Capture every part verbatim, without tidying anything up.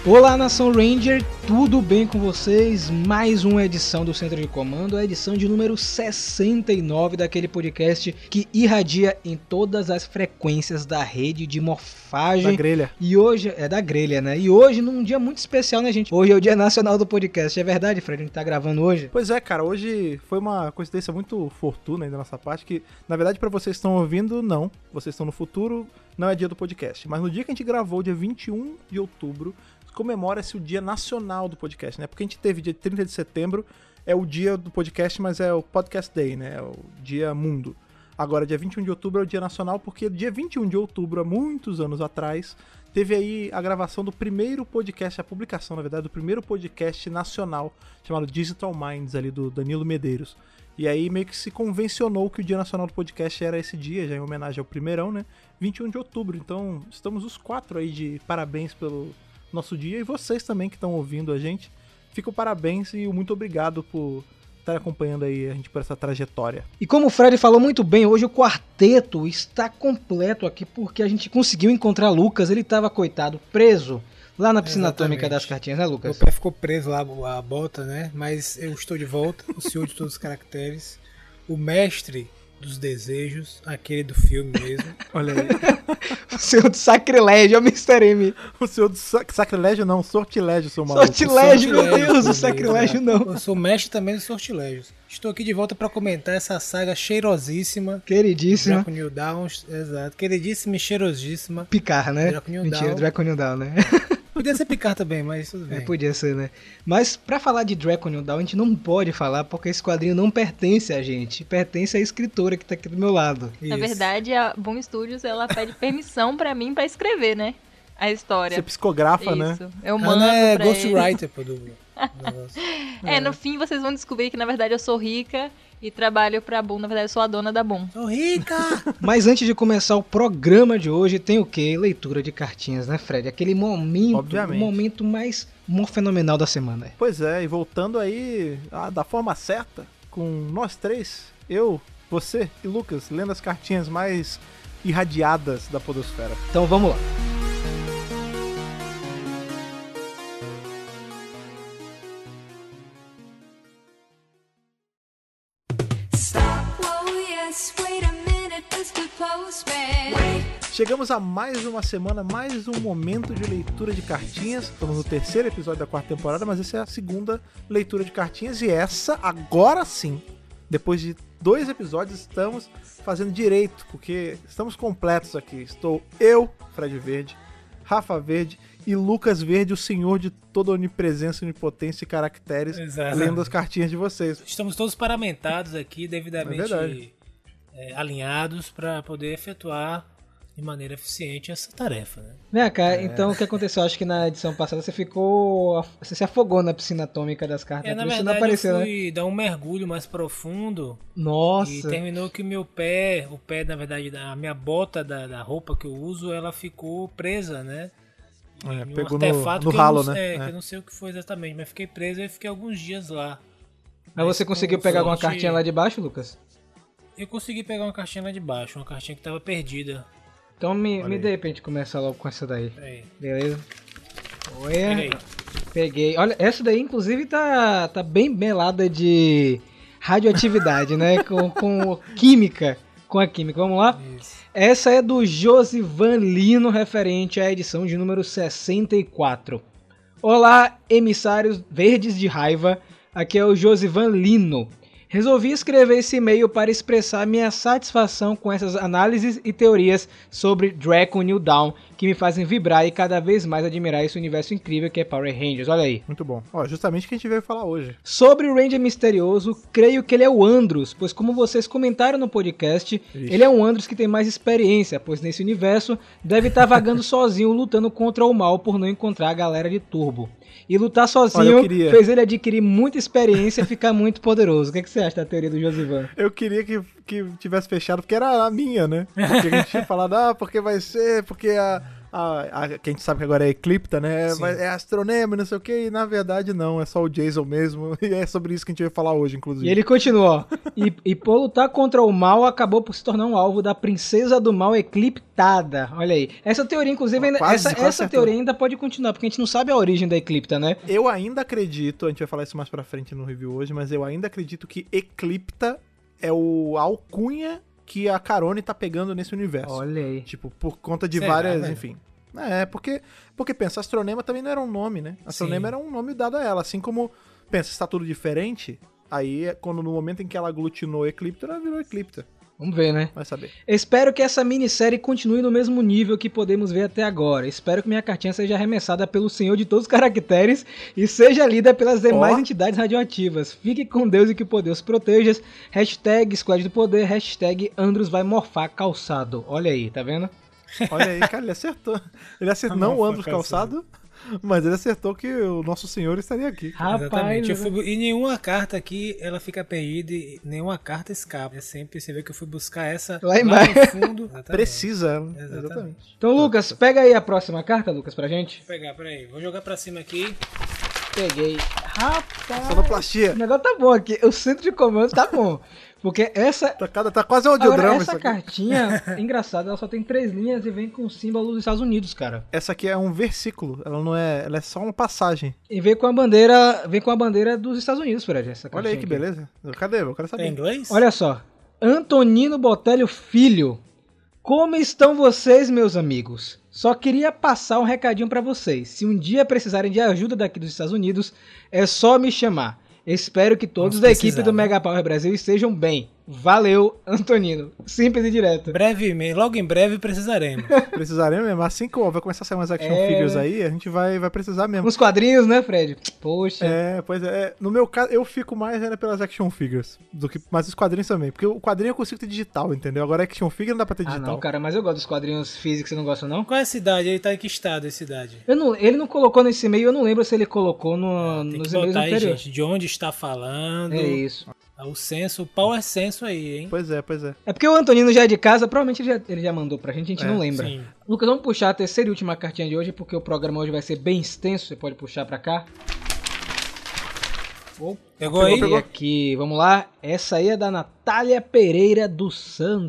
Olá, Nação Ranger, tudo bem com vocês? Mais uma edição do Centro de Comando, a edição de número sessenta e nove daquele podcast que irradia em todas as frequências da rede de morfagem. Da grelha. E hoje, é da grelha, né? E hoje, num dia muito especial, né, gente? Hoje é o Dia Nacional do Podcast, é verdade, Fred? A gente tá gravando hoje? Pois é, cara, hoje foi uma coincidência muito fortuna aí da nossa parte, que, na verdade, pra vocês que estão ouvindo, não. Vocês estão no futuro, não é dia do podcast. Mas no dia que a gente gravou, dia vinte e um de outubro, comemora-se o Dia Nacional do Podcast, né? Porque a gente teve dia trinta de setembro, é o dia do podcast, mas é o Podcast Day, né? É o dia mundo. Agora, dia vinte e um de outubro é o Dia Nacional, porque dia vinte e um de outubro, há muitos anos atrás, teve aí a gravação do primeiro podcast, a publicação, na verdade, do primeiro podcast nacional, chamado Digital Minds, ali do Danilo Medeiros. E aí meio que se convencionou que o Dia Nacional do Podcast era esse dia, já em homenagem ao primeirão, né? vinte e um de outubro. Então, estamos os quatro aí de parabéns pelo nosso dia, e vocês também que estão ouvindo a gente, fico parabéns e muito obrigado por estar acompanhando aí a gente por essa trajetória. E como o Fred falou muito bem, hoje o quarteto está completo aqui porque a gente conseguiu encontrar Lucas, ele estava, coitado, preso lá na piscina Exatamente. atômica das cartinhas, né, Lucas? Meu pé ficou preso lá, a bota, né? Mas eu estou de volta, o senhor de todos os caracteres, o mestre dos desejos, aquele do filme mesmo. Olha aí. O senhor do sacrilégio, é o mister M. O senhor do sac- sacrilégio não, sortilégio, seu maluco. Sortilégio, meu Sortilégio, Deus, o talvez, sacrilégio né? não. Eu sou mestre também dos sortilégios. Estou aqui de volta para comentar essa saga cheirosíssima. Queridíssima. Draco New Down, exato. Queridíssima e cheirosíssima. Picar, né? Draco New Mentira, Down. Draco New Down, né? Podia ser picar também, mas tudo bem. É, podia ser, né? Mas pra falar de Draco New Down, a gente não pode falar porque esse quadrinho não pertence a gente. Pertence à escritora que tá aqui do meu lado. Na Isso. verdade, a Boom Studios, ela pede permissão pra mim pra escrever, né? A história. Você psicografa, né? Isso. Eu Ela mando é pra ele. ghostwriter, pô, do do negócio. É, no fim vocês vão descobrir que, na verdade, eu sou rica e trabalho pra Boom. Na verdade, eu sou a dona da Boom. Sou rica! Mas antes de começar o programa de hoje, tem o quê? Leitura de cartinhas, né, Fred? Aquele momento, Obviamente. o momento mais fenomenal da semana. Pois é, e voltando aí ah, da forma certa, com nós três, eu, você e Lucas, lendo as cartinhas mais irradiadas da podosfera. Então vamos lá. Chegamos a mais uma semana, mais um momento de leitura de cartinhas. Estamos no terceiro episódio da quarta temporada, mas essa é a segunda leitura de cartinhas. E essa, agora sim, depois de dois episódios, estamos fazendo direito, porque estamos completos aqui. Estou eu, Fred Verde, Rafa Verde e Lucas Verde, o senhor de toda onipresença, onipotência e caracteres, Exato. lendo as cartinhas de vocês. Estamos todos paramentados aqui, É devidamente verdade. é, alinhados para poder efetuar de maneira eficiente essa tarefa, né? Vem cá, então o que aconteceu? Acho que na edição passada você ficou. Você se afogou na piscina atômica das cartas. É, na por isso não verdade apareceu, eu né? fui dar um mergulho mais profundo e Nossa. terminou que o meu pé, o pé, na verdade, a minha bota da, da roupa que eu uso, ela ficou presa, né? É, Em um pegou no, artefato no que eu ralo, não, né? É, É. que eu não sei o que foi exatamente, mas fiquei preso e fiquei alguns dias lá. Mas você com conseguiu pegar alguma sorte- cartinha lá de baixo, Lucas? Eu consegui pegar uma cartinha lá de baixo, uma cartinha que tava perdida. Então me, Olha me aí. dê pra gente começar logo com essa daí. Peraí, Beleza? pega Olha, aí. peguei. Olha, essa daí inclusive tá, tá bem melada de radioatividade, né? Com, com química. Com a química. Vamos lá? Isso. Essa é do Josivan Lino, referente à edição de número sessenta e quatro. Olá, emissários verdes de raiva. Aqui é o Josivan Lino. Resolvi escrever esse e-mail para expressar minha satisfação com essas análises e teorias sobre Draco New Dawn, que me fazem vibrar e cada vez mais admirar esse universo incrível que é Power Rangers. Olha aí. Muito bom. Ó, justamente o que a gente veio falar hoje. Sobre o Ranger misterioso, creio que ele é o Andros, pois como vocês comentaram no podcast, Ixi. ele é um Andros que tem mais experiência, pois nesse universo deve estar vagando sozinho lutando contra o mal por não encontrar a galera de Turbo. E lutar Olha, sozinho eu queria. fez ele adquirir muita experiência e ficar muito poderoso. O que, é que você acha da teoria do Josivan? Eu queria que, que tivesse fechado, porque era a minha, né? Porque a gente tinha falado, ah, porque vai ser, porque a, a, a, que a gente sabe que agora é Eclipta, né? Sim. Mas é Astronema, não sei o que, e na verdade não, é só o Jason mesmo. E é sobre isso que a gente vai falar hoje, inclusive. E ele continua, ó. E, e por lutar contra o mal, acabou por se tornar um alvo da princesa do mal ecliptada. Olha aí. Essa teoria, inclusive, ainda, Quase, essa, quase essa acertou. teoria ainda pode continuar, porque a gente não sabe a origem da Eclipta, né? Eu ainda acredito, a gente vai falar isso mais pra frente no review hoje, mas eu ainda acredito que Eclipta é o a alcunha que a Carone tá pegando nesse universo. Olha aí. Tipo, por conta de Será, várias, velho? enfim. É, porque, porque pensa, Astronema também não era um nome, né? Astronema Sim. era um nome dado a ela, assim como, pensa, está tudo diferente, aí é quando no momento em que ela aglutinou Eclipta, ela virou Eclipta. Vamos ver, né? Vai saber. Espero que essa minissérie continue no mesmo nível que podemos ver até agora. Espero que minha cartinha seja arremessada pelo Senhor de todos os caracteres e seja lida pelas demais Ó. entidades radioativas. Fique com Deus e que o poder os proteja. Hashtag Squad do Poder, hashtag Andros vai morfar calçado. Olha aí, tá vendo? Olha aí, cara, ele acertou. Ele acertou, não o Andros Calçado, mas ele acertou que o Nosso Senhor estaria aqui. Rapaz, Exatamente. Eu né? fui, e nenhuma carta aqui, ela fica perdida e nenhuma carta escapa. É sempre, você vê que eu fui buscar essa Lá embaixo. no fundo. Exatamente. Precisa ela. Exatamente. Exatamente. Então, Lucas, pega aí a próxima carta, Lucas, pra gente. Vou pegar, peraí. Vou jogar pra cima aqui. Peguei. Rapaz, Sonoplastia. o negócio tá bom aqui. O centro de comando tá bom. Porque essa, Tá, cada, tá quase um audiodrama Agora, isso essa aqui. cartinha, engraçada, ela só tem três linhas e vem com o símbolo dos Estados Unidos, cara. Essa aqui é um versículo, ela não é, ela é só uma passagem. E vem com a bandeira, vem com a bandeira dos Estados Unidos, Fred, essa Olha aí cartinha que aqui. beleza. Cadê? Eu quero Tá em saber. inglês? Olha só. Antonino Botelho Filho. Como estão vocês, meus amigos? Só queria passar um recadinho pra vocês. Se um dia precisarem de ajuda daqui dos Estados Unidos, é só me chamar. Espero que todos Vamos da equipe precisar, do né? Mega Power Brasil estejam bem. Valeu, Antonino. Simples e direto. Brevemente, logo em breve precisaremos. Precisaremos mesmo. Assim que ó, vai começar a sair umas action É, figures né? aí, a gente vai, vai precisar mesmo. Uns quadrinhos, né, Fred? Poxa. É, pois é. No meu caso, eu fico mais ainda pelas action figures. Do que, mas os quadrinhos também. Porque o quadrinho eu consigo ter digital, entendeu? Agora action figure não dá pra ter Ah, digital. não, cara, mas eu gosto dos quadrinhos físicos, você não gosta, não? Qual é a cidade? Ele tá em que estado, essa cidade? Eu não, ele não colocou nesse e-mail, eu não lembro se ele colocou no, Tem nos que e-mails botar aí, anteriores. gente, de onde está falando. É isso. O censo, o power censo aí, hein? Pois é, pois é. É porque o Antonino já é de casa, provavelmente ele já, ele já mandou pra gente, a gente É, não lembra. Sim. Lucas, vamos puxar a terceira e última cartinha de hoje, porque o programa hoje vai ser bem extenso, você pode puxar pra cá. Opa, Pegou aí? peguei aqui, vamos lá. Essa aí é da Natália Pereira dos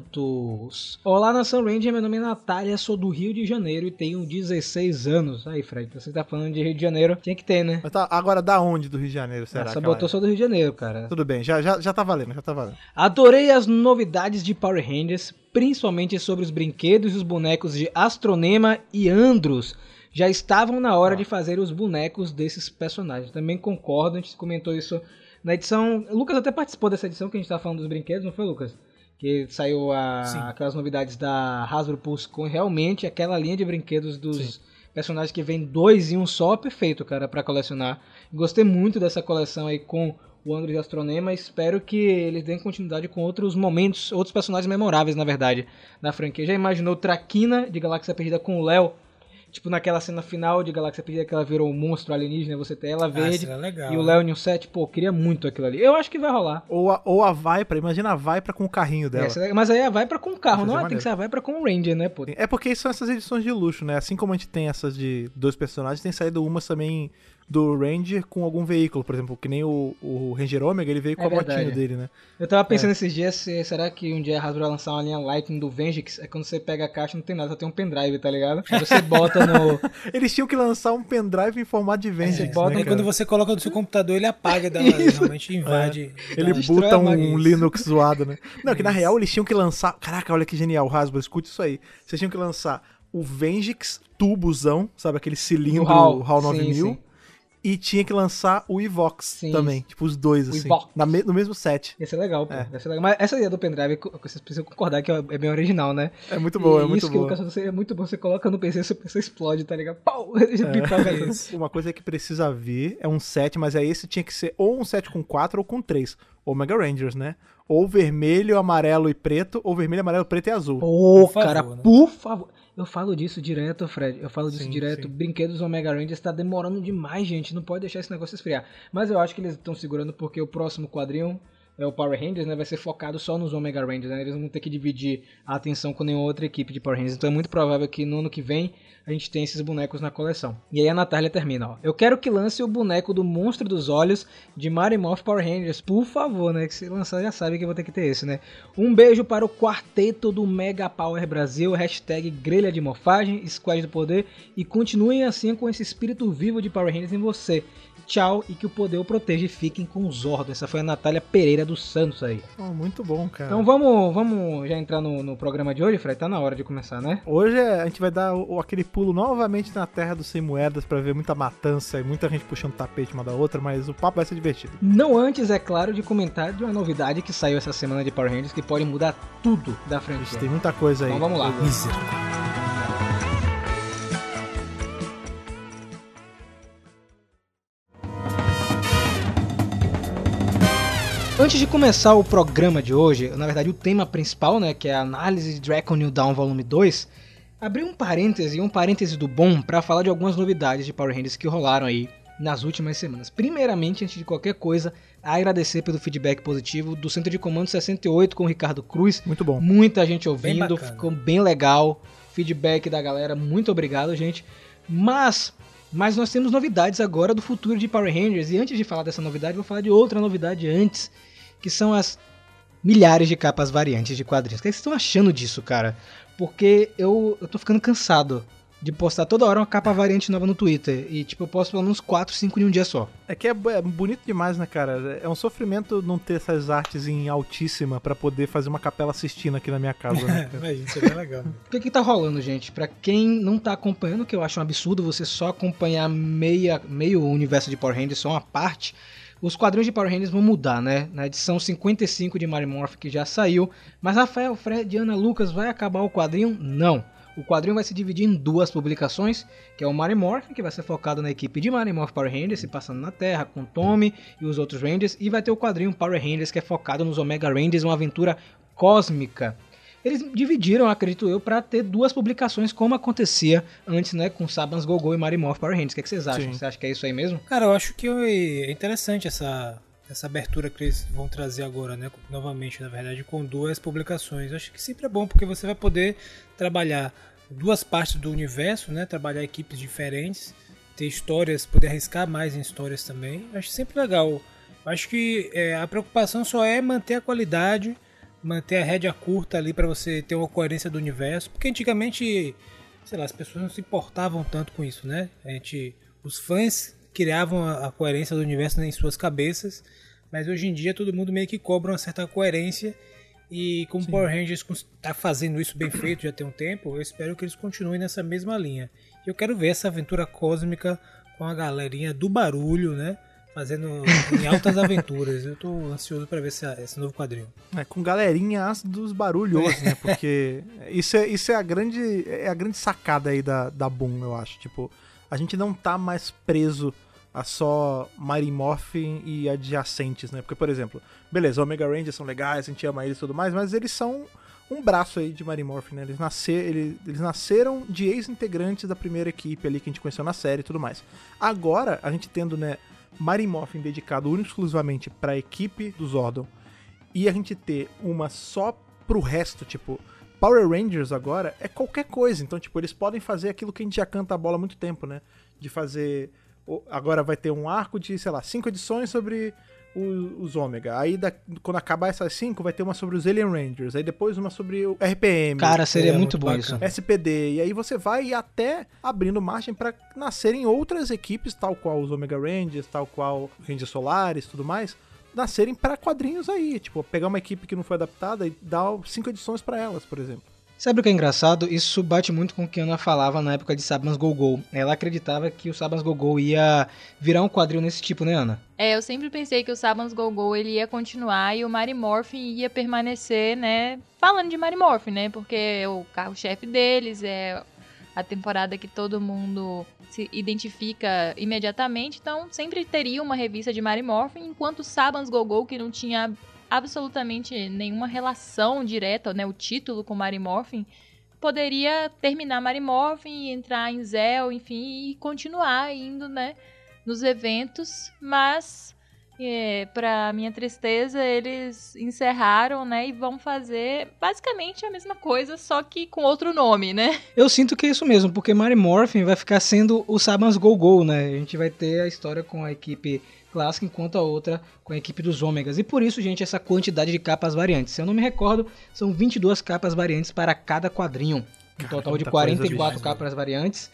Santos. Olá, Nação Ranger, meu nome é Natália, sou do Rio de Janeiro e tenho dezesseis anos. Aí, Fred, você tá falando de Rio de Janeiro, tinha que ter, né? Mas tá, agora da onde do Rio de Janeiro, será? Essa aquela botou é? só do Rio de Janeiro, cara. Tudo bem, já, já, já tá valendo, já tá valendo. Adorei as novidades de Power Rangers, principalmente sobre os brinquedos e os bonecos de Astronema e Andros. Já estavam na hora de fazer os bonecos desses personagens. Também concordo, a gente comentou isso na edição... O Lucas até participou dessa edição que a gente tava falando dos brinquedos, não foi, Lucas? Que saiu a- Sim. aquelas novidades da Hasbro Pulse com realmente aquela linha de brinquedos dos Sim. personagens que vem dois em um só, perfeito, cara, pra colecionar. Gostei muito dessa coleção aí com o Andros e Astronema. Espero que eles deem continuidade com outros momentos, outros personagens memoráveis, na verdade, na franquia. Já imaginou Traquina de Galáxia Perdida com o Léo? Tipo, naquela cena final de Galáxia Perdida que ela virou um monstro alienígena, você tem ela Ah, verde seria legal, e o né? Léo em um set. Pô, queria muito aquilo ali. Eu acho que vai rolar. Ou a, ou a Viper, imagina a Viper com o carrinho dela. Essa- mas aí a Viper com o carro, Vai não ser é? Tem maneiro. que ser a Viper com o Ranger, né, pô? É porque são essas edições de luxo, né? Assim como a gente tem essas de dois personagens, tem saído umas também do Ranger com algum veículo, por exemplo, que nem o, o Ranger Omega, ele veio com É a motinha verdade. dele, né? Eu tava É. pensando esses dias, se, será que um dia a Hasbro vai lançar uma linha Lightning do Vengix? É quando você pega a caixa não tem nada, só tem um pendrive, tá ligado? Aí você bota no... Eles tinham que lançar um pendrive em formato de Vengeance, Você bota né, Aí cara? quando você coloca no seu computador, ele apaga, dá, realmente invade. Ele dá- Destrói buta a um máquina. Linux zoado, né? Não, que na Isso. real eles tinham que lançar... Caraca, olha que genial, Hasbro, escute isso aí. Vocês tinham que lançar o Vengix tubozão, sabe? Aquele cilindro O HAL, HAL sim, nove mil. sim. E tinha que lançar o Evox Sim. também. Tipo, os dois, O assim. Evox. na me- no mesmo set. Ia ser legal, pô. É. Ia ser legal. Mas essa ideia do pendrive, co- vocês precisam concordar que é bem original, né? É muito boa, E é muito isso que o boa. Lucas falou, é muito bom. Você coloca no P C, seu P C explode, tá ligado? Pau! Pipoca tudo. Uma coisa que precisa vir é um set, mas aí esse tinha que ser ou um set com quatro ou com três. Omega Rangers, né? Ou vermelho, amarelo e preto, ou vermelho, amarelo, preto e azul. Pô, Por favor, cara, né? por favor. Eu falo disso direto, Fred. Eu falo disso Sim, direto. sim. Brinquedos Omega Rangers tá demorando demais, gente. Não pode deixar esse negócio esfriar. Mas eu acho que eles estão segurando porque o próximo quadrinho é o Power Rangers, né, vai ser focado só nos Omega Rangers, né? Eles não vão ter que dividir a atenção com nenhuma outra equipe de Power Rangers. Então é muito provável que no ano que vem a gente tenha esses bonecos na coleção. E aí a Natália termina, ó. Eu quero que lance o boneco do Monstro dos Olhos de Mighty Morphin Power Rangers, por favor, né? Que se lançar já sabe que eu vou ter que ter esse, né? Um beijo para o quarteto do Mega Power Brasil, hashtag grelha de morfagem, squad do poder, e continuem assim com esse espírito vivo de Power Rangers em você. Tchau, e que o poder o proteja e fiquem com os Zordon. Essa foi a Natália Pereira dos Santos aí. Oh, muito bom, cara. Então vamos, vamos já entrar no, no programa de hoje, Fred? Tá na hora de começar, né? Hoje a gente vai dar o, aquele pulo novamente na Terra dos Sem Moedas pra ver muita matança e muita gente puxando tapete uma da outra, mas o papo vai ser divertido. Não antes, é claro, de comentar de uma novidade que saiu essa semana de Power Rangers que pode mudar tudo da franquia. Tem muita coisa aí. Então vamos lá. Misericórdia. Antes de começar o programa de hoje, na verdade o tema principal, né, que é a análise de Dragon New Dawn Volume dois, abri um parêntese, um parêntese do bom para falar de algumas novidades de Power Rangers que rolaram aí nas últimas semanas. Primeiramente, antes de qualquer coisa, agradecer pelo feedback positivo do Centro de Comando sessenta e oito com o Ricardo Cruz. Muito bom. Muita gente ouvindo, Bem ficou bem legal. Feedback da galera, muito obrigado, gente. Mas... Mas nós temos novidades agora do futuro de Power Rangers. E antes de falar dessa novidade, vou falar de outra novidade antes, que são as milhares de capas variantes de quadrinhos. O que vocês estão achando disso, cara? Porque eu, eu tô ficando cansado de postar toda hora uma capa variante nova no Twitter. E tipo, eu posto pelo menos quatro, cinco em um dia só. É que é, é bonito demais, né, cara? É um sofrimento não ter essas artes em altíssima pra poder fazer uma Capela Sistina aqui na minha casa, né? Mas isso é bem legal. Né? O que que tá rolando, gente? Pra quem não tá acompanhando, que eu acho um absurdo você só acompanhar meia, meio universo de Power Rangers, só uma parte, os quadrinhos de Power Rangers vão mudar, né? Na edição cinquenta e cinco de Mighty Morphin, que já saiu. Mas Rafael, Fred e Ana Lucas, vai acabar o quadrinho? Não. O quadrinho vai se dividir em duas publicações, que é o Mighty Morphin, que vai ser focado na equipe de Mighty Morphin Power Rangers, se passando na Terra, com Tommy e os outros Rangers, e vai ter o quadrinho Power Rangers, que é focado nos Omega Rangers, uma aventura cósmica. Eles dividiram, acredito eu, para ter duas publicações, como acontecia antes, né, com Sabans Gogo e Mighty Morphin Power Rangers. O que, é que vocês acham? Sim. Você acha que é isso aí mesmo? Cara, eu acho que é interessante essa, essa abertura que eles vão trazer agora, né? Novamente, na verdade, com duas publicações. Eu acho que sempre é bom, porque você vai poder trabalhar duas partes do universo, né? Trabalhar equipes diferentes, ter histórias, poder arriscar mais em histórias também. Eu acho sempre legal. Eu acho que é, a preocupação só é manter a qualidade, manter a rédea curta ali para você ter uma coerência do universo, porque antigamente, sei lá, as pessoas não se importavam tanto com isso, né? A gente, os fãs criavam a, a coerência do universo em suas cabeças, mas hoje em dia todo mundo meio que cobra uma certa coerência. E como o Power Rangers está fazendo isso bem feito já tem um tempo, eu espero que eles continuem nessa mesma linha. Eu quero ver essa aventura cósmica com a galerinha do barulho, né? Fazendo em altas aventuras. Eu tô ansioso para ver esse, esse novo quadrinho. É, com galerinhas dos barulhos, né? Porque isso é, isso é, a, grande, é a grande sacada aí da, da Boom, eu acho. Tipo, a gente não tá mais preso a só Mighty Morphin e adjacentes, né? Porque, por exemplo, beleza, Omega Rangers são legais, a gente ama eles e tudo mais, mas eles são um braço aí de Mighty Morphin, né? Eles, nascer, eles, eles nasceram de ex-integrantes da primeira equipe ali que a gente conheceu na série e tudo mais. Agora, a gente tendo, né, Mighty Morphin dedicado único exclusivamente pra equipe do Zordon e a gente ter uma só pro resto, tipo, Power Rangers agora é qualquer coisa. Então, tipo, eles podem fazer aquilo que a gente já canta a bola há muito tempo, né? De fazer... Agora vai ter um arco de, sei lá, cinco edições sobre o, os Ômega. Aí, da, quando acabar essas cinco, vai ter uma sobre os Alien Rangers. Aí depois uma sobre o R P M. Cara, seria é, muito, muito bom bacana. isso. S P D. E aí você vai até abrindo margem pra nascerem outras equipes, tal qual os Omega Rangers, tal qual Rangers Solares e tudo mais, nascerem pra quadrinhos aí. Tipo, pegar uma equipe que não foi adaptada e dar cinco edições pra elas, por exemplo. Sabe o que é engraçado? Isso bate muito com o que a Ana falava na época de Sabans Gogo. Ela acreditava que o Sabans Gogo ia virar um quadril nesse tipo, né, Ana? É, eu sempre pensei que o Sabans Gogo ele ia continuar e o Mighty Morphin ia permanecer, né, falando de Mighty Morphin, né, porque o carro-chefe deles é a temporada que todo mundo se identifica imediatamente, então sempre teria uma revista de Mighty Morphin, enquanto o Sabans Gogo, que não tinha absolutamente nenhuma relação direta, né, o título com Mighty Morphin, poderia terminar Mighty Morphin, entrar em Zell, enfim, e continuar indo, né, nos eventos, mas E, pra minha tristeza, eles encerraram, né, e vão fazer basicamente a mesma coisa, só que com outro nome, né? Eu sinto que é isso mesmo, porque Mighty Morphin vai ficar sendo o Saban's Go-Go, né? A gente vai ter a história com a equipe clássica, enquanto a outra com a equipe dos Ômegas. E por isso, gente, essa quantidade de capas variantes. Se eu não me recordo, são vinte e duas capas variantes para cada quadrinho. Um Cara, total de muita quarenta e coisa quatro demais, capas variantes.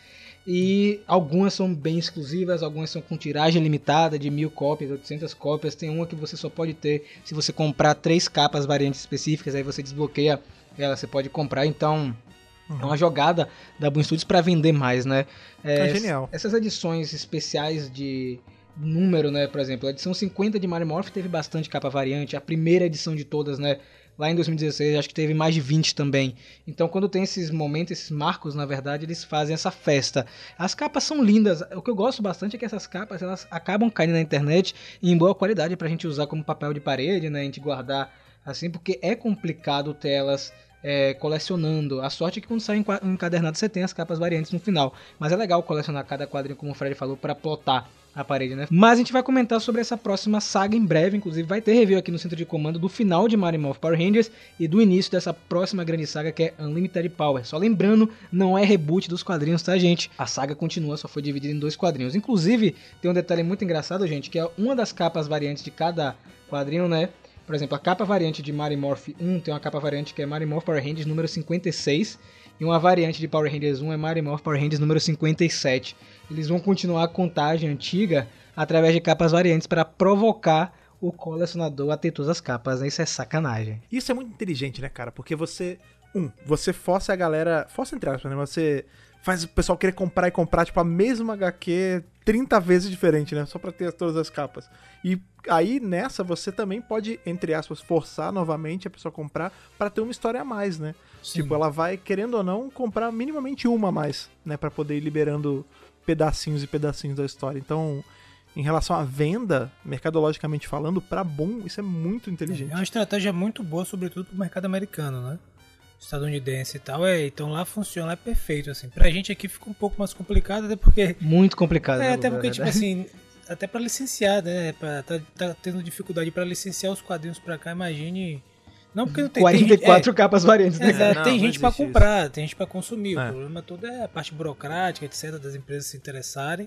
E algumas são bem exclusivas, algumas são com tiragem limitada de mil cópias, oitocentas cópias. Tem uma que você só pode ter se você comprar três capas variantes específicas, aí você desbloqueia ela, você pode comprar. Então Uhum. é uma jogada da Boom Studios para vender mais, né? É genial. Essas edições especiais de número, né? Por exemplo, a edição cinquenta de Mighty Morphin teve bastante capa variante, a primeira edição de todas, né? Lá em dois mil e dezesseis, acho que teve mais de vinte também. Então, quando tem esses momentos, esses marcos, na verdade, eles fazem essa festa. As capas são lindas. O que eu gosto bastante é que essas capas, elas acabam caindo na internet em boa qualidade pra gente usar como papel de parede, né? A gente guardar assim, porque é complicado ter elas é, colecionando. A sorte é que quando sai um encadernado, você tem as capas variantes no final. Mas é legal colecionar cada quadrinho, como o Fred falou, pra plotar a parede, né? Mas a gente vai comentar sobre essa próxima saga em breve, inclusive vai ter review aqui no Centro de Comando do final de Mighty Morphin Power Rangers e do início dessa próxima grande saga que é Unlimited Power. Só lembrando, não é reboot dos quadrinhos, tá, gente? A saga continua, só foi dividida em dois quadrinhos. Inclusive, tem um detalhe muito engraçado, gente, que é uma das capas variantes de cada quadrinho, né? Por exemplo, a capa variante de Mighty Morphin um tem uma capa variante que é Mighty Morphin Power Rangers número cinquenta e seis e uma variante de Power Rangers um é Mighty Morphin Power Rangers número cinquenta e sete. Eles vão continuar a contagem antiga através de capas variantes para provocar o colecionador a ter todas as capas, né? Isso é sacanagem. Isso é muito inteligente, né, cara? Porque você, um, você força a galera, força entre aspas, né? Você faz o pessoal querer comprar e comprar, tipo, a mesma agá quê trinta vezes diferente, né? Só pra ter todas as capas. E aí, nessa, você também pode, entre aspas, forçar novamente a pessoa a comprar pra ter uma história a mais, né? Sim. Tipo, ela vai, querendo ou não, comprar minimamente uma a mais, né? Pra poder ir liberando pedacinhos e pedacinhos da história. Então, em relação à venda, mercadologicamente falando, pra Boom, isso é muito inteligente. É uma estratégia muito boa, sobretudo pro mercado americano, né? Estadunidense e tal. É, então lá funciona, é perfeito, assim. Pra gente aqui fica um pouco mais complicado, até porque... Muito complicado. É, né, até porque, Lucas? tipo assim, até pra licenciar, né? Pra, tá, tá tendo dificuldade pra licenciar os quadrinhos pra cá, imagine... Não porque não tem... quarenta e quatro tem, capas variantes, é, né? é, não, tem não gente pra existe comprar, tem gente pra consumir. É. O problema todo é a parte burocrática, etcétera, das empresas se interessarem.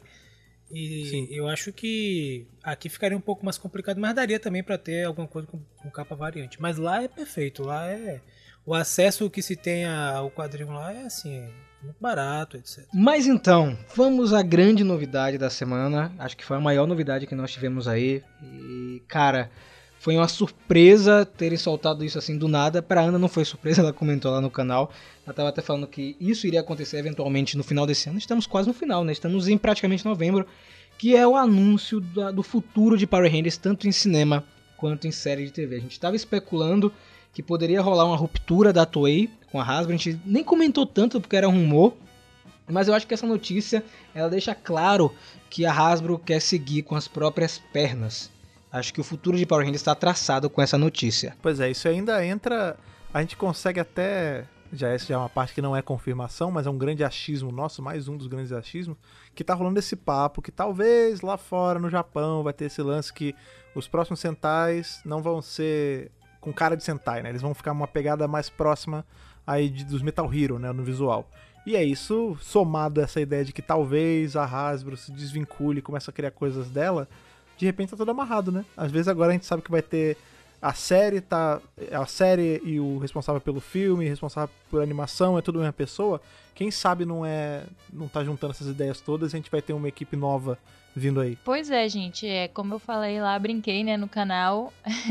E Sim. eu acho que aqui ficaria um pouco mais complicado, mas daria também pra ter alguma coisa com, com capa variante. Mas lá é perfeito, lá é... O acesso que se tem ao quadrinho lá é assim, é muito barato, etcétera. Mas então, vamos à grande novidade da semana. Acho que foi a maior novidade que nós tivemos aí. E, cara, foi uma surpresa terem soltado isso assim do nada. Pra Ana não foi surpresa, ela comentou lá no canal. Ela tava até falando que isso iria acontecer eventualmente no final desse ano. Estamos quase no final, né? Estamos em praticamente novembro. Que é o anúncio da, do futuro de Power Rangers, tanto em cinema quanto em série de T V. A gente estava especulando que poderia rolar uma ruptura da Toei com a Hasbro. A gente nem comentou tanto porque era um rumor, mas eu acho que essa notícia ela deixa claro que a Hasbro quer seguir com as próprias pernas. Acho que o futuro de Power Rangers está traçado com essa notícia. Pois é, isso ainda entra... A gente consegue até... Já essa já é uma parte que não é confirmação, mas é um grande achismo nosso, mais um dos grandes achismos, que tá rolando esse papo, que talvez lá fora, no Japão, vai ter esse lance que os próximos Sentais não vão ser com cara de Sentai, né? Eles vão ficar uma pegada mais próxima aí de, dos Metal Hero, né? No visual. E é isso, somado a essa ideia de que talvez a Hasbro se desvincule e comece a criar coisas dela, de repente tá tudo amarrado, né? Às vezes agora a gente sabe que vai ter a série, tá, a série e o responsável pelo filme, responsável por animação, é tudo a mesma pessoa. Quem sabe não é, não tá juntando essas ideias todas e a gente vai ter uma equipe nova vindo aí. Pois é, gente, é, como eu falei lá, brinquei, né, no canal,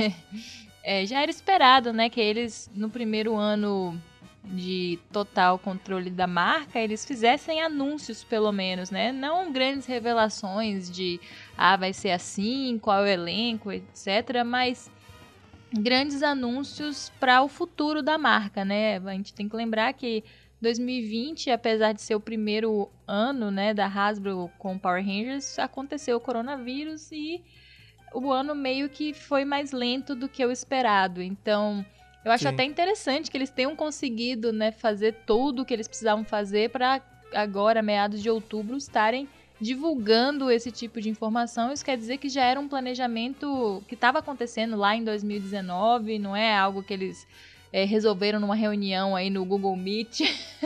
é, já era esperado, né, que eles, no primeiro ano de total controle da marca, eles fizessem anúncios, pelo menos, né, não grandes revelações de, ah, vai ser assim, qual é o elenco, etcétera, mas grandes anúncios para o futuro da marca, né, a gente tem que lembrar que dois mil e vinte, apesar de ser o primeiro ano, né, da Hasbro com Power Rangers, aconteceu o coronavírus e o ano meio que foi mais lento do que o esperado. Então, eu acho Sim. até interessante que eles tenham conseguido, né, fazer tudo o que eles precisavam fazer para agora, meados de outubro, estarem divulgando esse tipo de informação. Isso quer dizer que já era um planejamento que estava acontecendo lá em dois mil e dezenove, não é algo que eles é, resolveram numa reunião aí no Google Meet,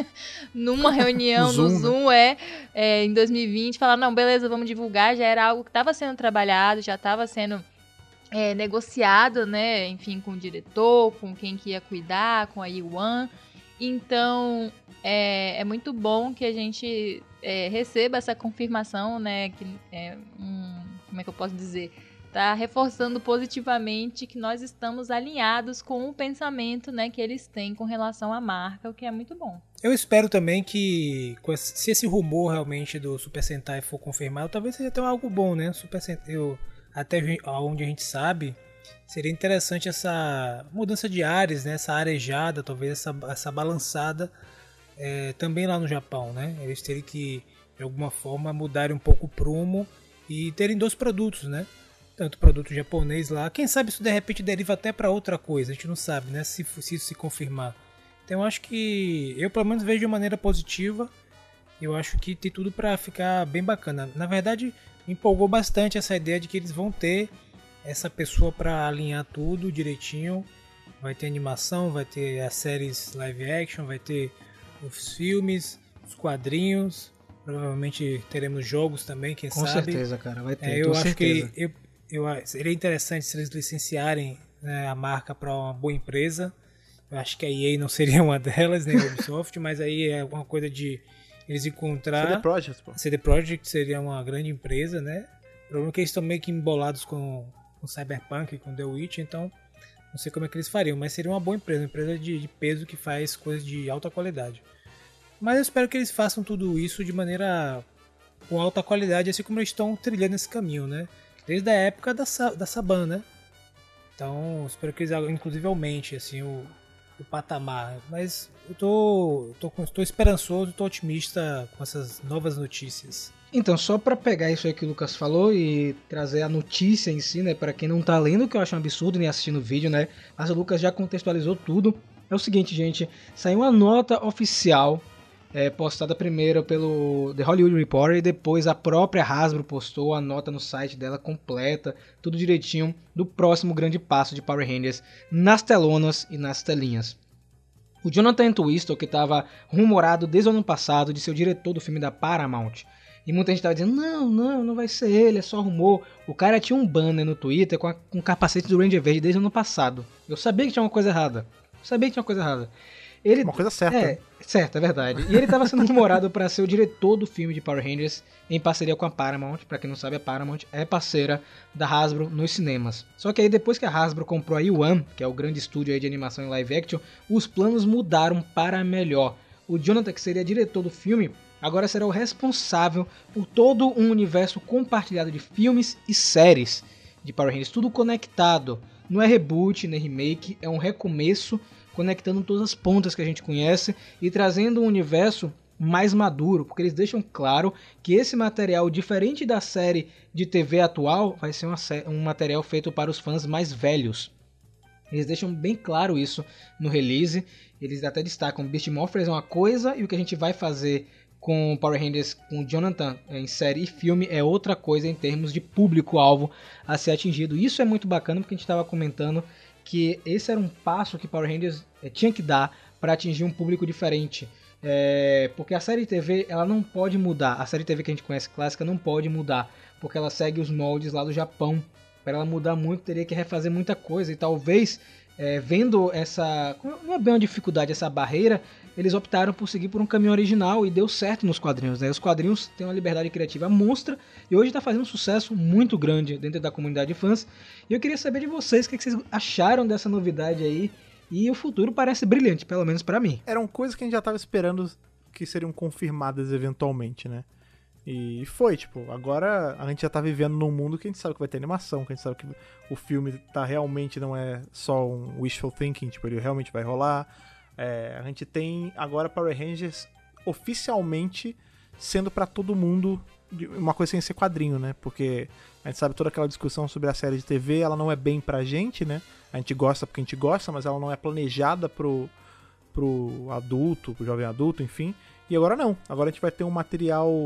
numa reunião Zoom, no Zoom, né? é, é, em dois mil e vinte, falaram, não, beleza, vamos divulgar, já era algo que estava sendo trabalhado, já estava sendo é, negociado, né, enfim, com o diretor, com quem que ia cuidar, com a Yuan. Então, é, é muito bom que a gente é, receba essa confirmação, né, que é um, como é que eu posso dizer, tá reforçando positivamente que nós estamos alinhados com o pensamento, né, que eles têm com relação à marca, o que é muito bom. Eu espero também que, se esse rumor realmente do Super Sentai for confirmado, talvez seja até algo bom, né? Super Sentai, eu, até onde a gente sabe, seria interessante essa mudança de ares, né? Essa arejada, talvez essa, essa balançada é, também lá no Japão, né? Eles terem que, de alguma forma, mudarem um pouco o prumo e terem dois produtos, né? Tanto produto japonês lá, quem sabe isso de repente deriva até para outra coisa, a gente não sabe, né? Se, se isso se confirmar. Então eu acho que, eu pelo menos vejo de maneira positiva, eu acho que tem tudo para ficar bem bacana. Na verdade, me empolgou bastante essa ideia de que eles vão ter essa pessoa para alinhar tudo direitinho. Vai ter animação, vai ter as séries live action, vai ter os filmes, os quadrinhos, provavelmente teremos jogos também, quem Com sabe. Com certeza, cara, vai ter, é, Eu acho certeza. que eu, eu, seria interessante se eles licenciarem, né, a marca para uma boa empresa. Eu acho que a E A não seria uma delas, nem a Ubisoft, mas aí é alguma coisa de eles encontrar... C D Projekt, pô. C D Projekt seria uma grande empresa, né? O problema é que eles estão meio que embolados com, com Cyberpunk, com The Witch, então não sei como é que eles fariam, mas seria uma boa empresa, uma empresa de, de peso que faz coisas de alta qualidade. Mas eu espero que eles façam tudo isso de maneira com alta qualidade, assim como eles estão trilhando esse caminho, né? Desde a época da, da Saban, né? Então, espero que eles, inclusive, aumentem assim, o, o patamar. Mas eu tô, tô, tô esperançoso, tô otimista com essas novas notícias. Então, só para pegar isso aí que o Lucas falou e trazer a notícia em si, né, para quem não tá lendo, que eu acho um absurdo nem assistindo o vídeo, né, mas o Lucas já contextualizou tudo. É o seguinte, gente, saiu uma nota oficial é, postada primeiro pelo The Hollywood Reporter e depois a própria Hasbro postou a nota no site dela completa, tudo direitinho, do próximo grande passo de Power Rangers nas telonas e nas telinhas. O Jonathan Entwistle, que estava rumorado desde o ano passado de ser o diretor do filme da Paramount, e muita gente tava dizendo, não, não, não vai ser ele, é só rumor. O cara tinha um banner no Twitter com, a, com o capacete do Ranger Verde desde o ano passado. Eu sabia que tinha uma coisa errada. Eu sabia que tinha uma coisa errada. Ele, uma coisa certa. É, certo, é verdade. E ele estava sendo rumorado para ser o diretor do filme de Power Rangers em parceria com a Paramount. Para quem não sabe, a Paramount é parceira da Hasbro nos cinemas. Só que aí depois que a Hasbro comprou a Yuan, que é o grande estúdio aí de animação em live action, os planos mudaram para melhor. O Jonathan, que seria diretor do filme, agora será o responsável por todo um universo compartilhado de filmes e séries de Power Rangers, tudo conectado. Não é reboot, nem remake, é um recomeço, conectando todas as pontas que a gente conhece e trazendo um universo mais maduro, porque eles deixam claro que esse material, diferente da série de T V atual, vai ser uma, um material feito para os fãs mais velhos. Eles deixam bem claro isso no release, eles até destacam Beast Morphers é uma coisa e o que a gente vai fazer com Power Rangers, com Jonathan em série e filme é outra coisa em termos de público-alvo a ser atingido. Isso é muito bacana porque a gente estava comentando que esse era um passo que Power Rangers é, tinha que dar para atingir um público diferente. É, porque a série de T V ela não pode mudar, a série de T V que a gente conhece clássica não pode mudar, porque ela segue os moldes lá do Japão. Para ela mudar muito, teria que refazer muita coisa e talvez... É, vendo essa, não é bem uma dificuldade, essa barreira, eles optaram por seguir por um caminho original e deu certo nos quadrinhos, né? Os quadrinhos têm uma liberdade criativa monstra e hoje está fazendo um sucesso muito grande dentro da comunidade de fãs. E eu queria saber de vocês o que vocês acharam dessa novidade aí, e o futuro parece brilhante, pelo menos para mim. Eram coisas que a gente já estava esperando que seriam confirmadas eventualmente, né? E foi, tipo, agora a gente já tá vivendo num mundo que a gente sabe que vai ter animação, que a gente sabe que o filme tá realmente não é só um wishful thinking, tipo, ele realmente vai rolar. É, a gente tem agora Power Rangers oficialmente sendo pra todo mundo uma coisa sem ser quadrinho, né? Porque a gente sabe toda aquela discussão sobre a série de T V, ela não é bem pra gente, né? A gente gosta porque a gente gosta, mas ela não é planejada pro, pro adulto, pro jovem adulto, enfim. E agora não, agora a gente vai ter um material...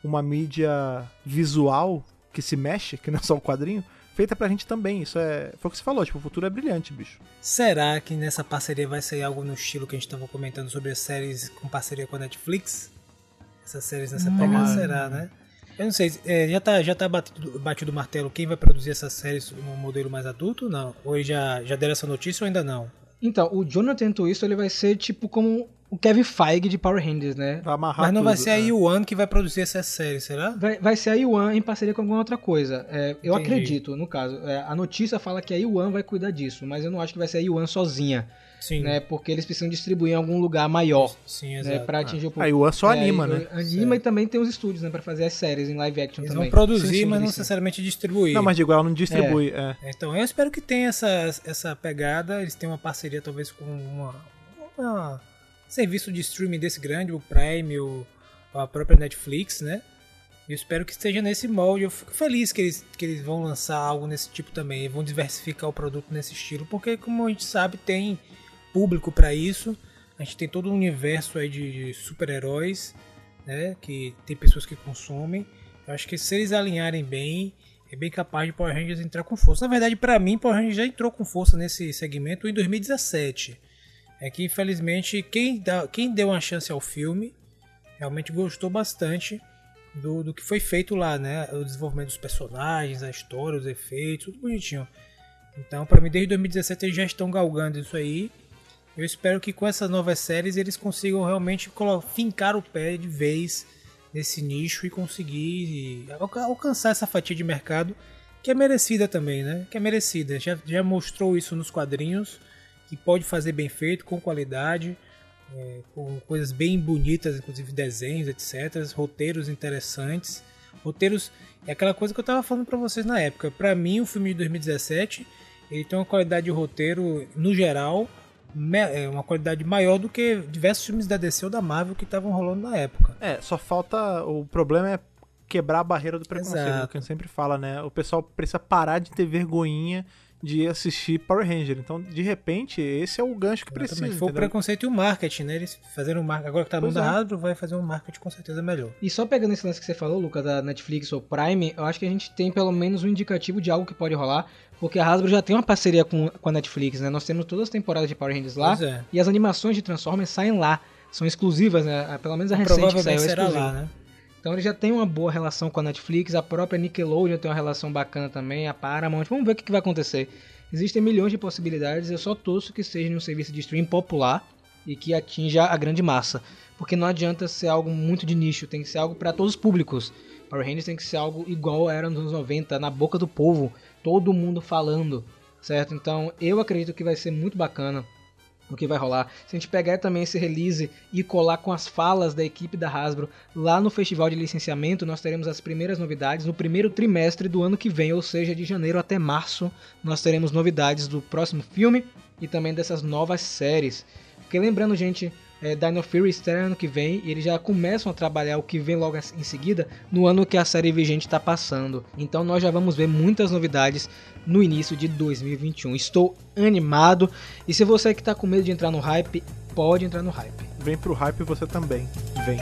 uma mídia visual que se mexe, que não é só um quadrinho, feita pra gente também. Isso é... Foi o que você falou, tipo, o futuro é brilhante, bicho. Será que nessa parceria vai sair algo no estilo que a gente tava comentando sobre as séries com parceria com a Netflix? Essas séries nessa pegada, será, né? Eu não sei, é, já tá, já tá batido, batido o martelo quem vai produzir essas séries no modelo mais adulto ou não? Ou já, já deram essa notícia ou ainda não? Então, o Jonathan Twisto, ele vai ser tipo como o Kevin Feige de Power Rangers, né? Vai amarrar Mas não tudo, vai ser a né? Yuan que vai produzir essas séries, será? Vai, vai ser a Yuan em parceria com alguma outra coisa. É, eu Entendi. acredito, no caso. É, a notícia fala que a Yuan vai cuidar disso, mas eu não acho que vai ser a Yuan sozinha. Sim, Né? Porque eles precisam distribuir em algum lugar maior. sim, Né, exato. pra atingir o A público. Yuan só É, anima, e- né? Anima Certo. e também tem os estúdios, né? Pra fazer as séries em live action Eles também. vão produzir, Sim, sim, mas não sim. necessariamente distribuir. Não, mas digo, ela não distribui. É. Então, eu espero que tenha essa, essa pegada. Eles tenham uma parceria, talvez, com uma, uma serviço de streaming desse grande, o Prime ou a própria Netflix, né? Eu espero que esteja nesse molde. Eu fico feliz que eles, que eles vão lançar algo nesse tipo também. Vão diversificar o produto nesse estilo, porque, como a gente sabe, tem público para isso. A gente tem todo um universo aí de, de super-heróis, né? Que tem pessoas que consomem. Eu acho que se eles alinharem bem, é bem capaz de Power Rangers entrar com força. Na verdade, para mim, Power Rangers já entrou com força nesse segmento em dois mil e dezessete. É que, infelizmente, quem, dá, quem deu uma chance ao filme realmente gostou bastante do, do que foi feito lá, né? O desenvolvimento dos personagens, a história, os efeitos, tudo bonitinho. Então, para mim, desde dois mil e dezessete eles já estão galgando isso aí. Eu espero que com essas novas séries eles consigam realmente colo- fincar o pé de vez nesse nicho e conseguir alca- alcançar essa fatia de mercado que é merecida também, né? Que é merecida. Já, já mostrou isso nos quadrinhos, que pode fazer bem feito, com qualidade, é, com coisas bem bonitas, inclusive desenhos, etcétera. Roteiros interessantes. Roteiros é aquela coisa que eu tava falando pra vocês na época. Pra mim, o filme de dois mil e dezessete ele tem uma qualidade de roteiro, no geral, me- é uma qualidade maior do que diversos filmes da D C ou da Marvel que estavam rolando na época. É, só falta... O problema é quebrar a barreira do preconceito, Exato. que a gente sempre fala, né? O pessoal precisa parar de ter vergonhinha de assistir Power Ranger. Então, de repente, esse é o gancho que precisa. Exatamente. Foi o entendeu? preconceito e o marketing, né? Eles fizeram um marketing. Agora que tá no Pois mundo é. da Hasbro, vai fazer um marketing com certeza melhor. E só pegando esse lance que você falou, Lucas, da Netflix ou Prime, eu acho que a gente tem pelo menos um indicativo de algo que pode rolar, porque a Hasbro já tem uma parceria com, com a Netflix, né? Nós temos todas as temporadas de Power Rangers lá, Pois é. e as animações de Transformers saem lá. São exclusivas, né? Pelo menos a recente que Provavelmente saiu é será exclusiva. lá, né? Então ele já tem uma boa relação com a Netflix, a própria Nickelodeon tem uma relação bacana também, a Paramount. Vamos ver o que, que vai acontecer. Existem milhões de possibilidades, eu só torço que seja em um serviço de streaming popular e que atinja a grande massa. Porque não adianta ser algo muito de nicho, tem que ser algo para todos os públicos. Power Rangers tem que ser algo igual era nos anos noventa, na boca do povo, todo mundo falando, certo? Então eu acredito que vai ser muito bacana o que vai rolar. Se a gente pegar também esse release e colar com as falas da equipe da Hasbro lá no festival de licenciamento, nós teremos as primeiras novidades no primeiro trimestre do ano que vem, ou seja, de janeiro até março, nós teremos novidades do próximo filme e também dessas novas séries. Porque lembrando, gente, é, Dino Fury estreia ano que vem e eles já começam a trabalhar o que vem logo em seguida no ano que a série vigente está passando. Então nós já vamos ver muitas novidades no início de dois mil e vinte e um. Estou animado e se você que está com medo de entrar no hype, pode entrar no hype. Vem pro hype você também. Vem.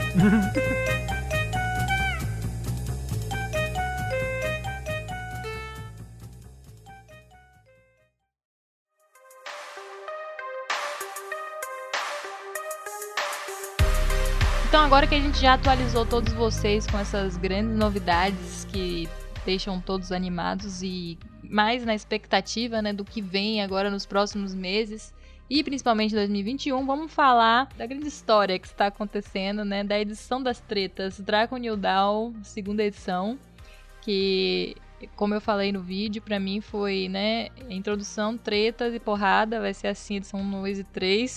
Então agora que a gente já atualizou todos vocês com essas grandes novidades que deixam todos animados e mais na expectativa, né, do que vem agora nos próximos meses e principalmente dois mil e vinte e um, vamos falar da grande história que está acontecendo, né, da edição das tretas Dragon New Dawn, segunda edição, que, como eu falei no vídeo, pra mim foi, né, introdução, tretas e porrada, vai ser assim, edição dois e três.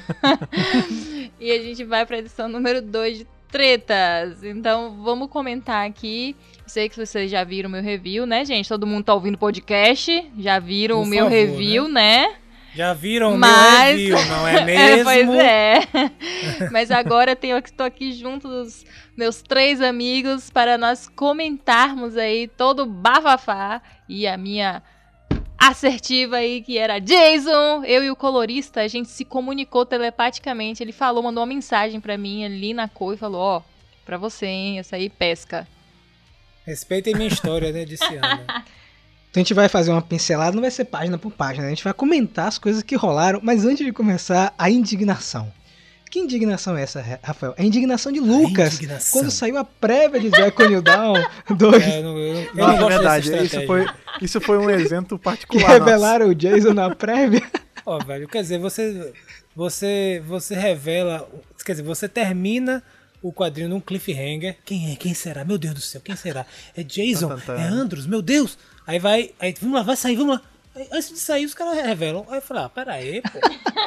E a gente vai pra edição número dois de tretas. Então, vamos comentar aqui. Sei que vocês já viram o meu review, né, gente? Todo mundo tá ouvindo o podcast, já viram Por o meu favor, review, né? Já viram Mas- o meu review, não é É, mesmo? pois é. Mas agora tenho, estou aqui junto dos meus três amigos para nós comentarmos aí todo o bafafá e a minha assertiva aí, que era Jason. Eu e o colorista, a gente se comunicou telepaticamente. Ele falou, mandou uma mensagem pra mim ali na cor e falou, ó, pra você, hein? Essa aí pesca. Respeitem minha história, né, desse ano. Então a gente vai fazer uma pincelada, não vai ser página por página, né? A gente vai comentar as coisas que rolaram, mas antes de começar, a indignação. Que indignação é essa, Rafael? É a indignação de Lucas, indignação. quando saiu a prévia de Zack New Down dois, É, eu não, eu, não- eu Não, não é gosto verdade, dessa isso estratégia. foi, isso foi um evento que particular. revelaram o Jason na prévia. Ó, velho, quer dizer, você, você, você revela, quer dizer, você termina o quadrinho num cliffhanger. Quem é? Quem será? Meu Deus do céu, quem será? É Jason? Tan, tan, tan. É Andros? Meu Deus! Aí vai, aí, vamos lá, vai sair, vamos lá. Aí, antes de sair, os caras revelam. Aí eu falei, ah, pera aí, pô.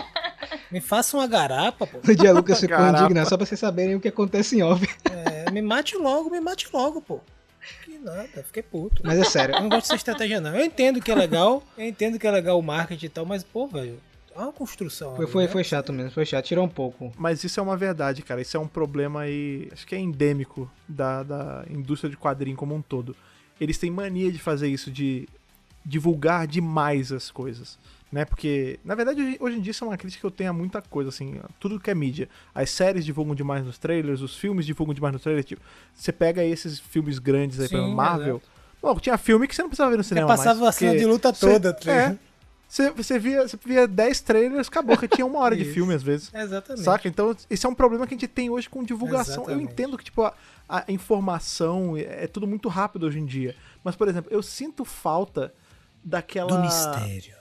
Me faça uma garapa, pô. No dia Lucas ficou Caramba. indignado, só pra vocês saberem o que acontece em off. É, me mate logo, me mate logo, pô. Que nada, fiquei puto. Mas é sério, Eu não gosto dessa estratégia, não. Eu entendo que é legal, eu entendo que é legal o marketing e tal, mas, pô, velho, é uma construção. foi, ali, foi, né? foi chato mesmo, foi chato, tirou um pouco. Mas isso é uma verdade, cara. Isso é um problema aí, acho que é endêmico da, da indústria de quadrinho como um todo. Eles têm mania de fazer isso, de divulgar demais as coisas, né? Porque, na verdade, hoje- hoje em dia isso é uma crítica que eu tenho a muita coisa, assim, tudo que é mídia. As séries divulgam demais nos trailers, os filmes divulgam demais nos trailers. Tipo, você pega aí esses filmes grandes aí, Sim, por exemplo, Marvel. Bom, tinha filme que você não precisava ver no Você cinema passava mais. a cena porque de luta você- toda, tá É. ligado? Você, você via, você via dez trailers, acabou, que tinha uma hora de Isso. filme às vezes. Exatamente. Saca? Então, esse é um problema que a gente tem hoje com divulgação. Exatamente. Eu entendo que, tipo, a, a informação é, é tudo muito rápido hoje em dia. Mas, por exemplo, eu sinto falta daquela... Do mistério.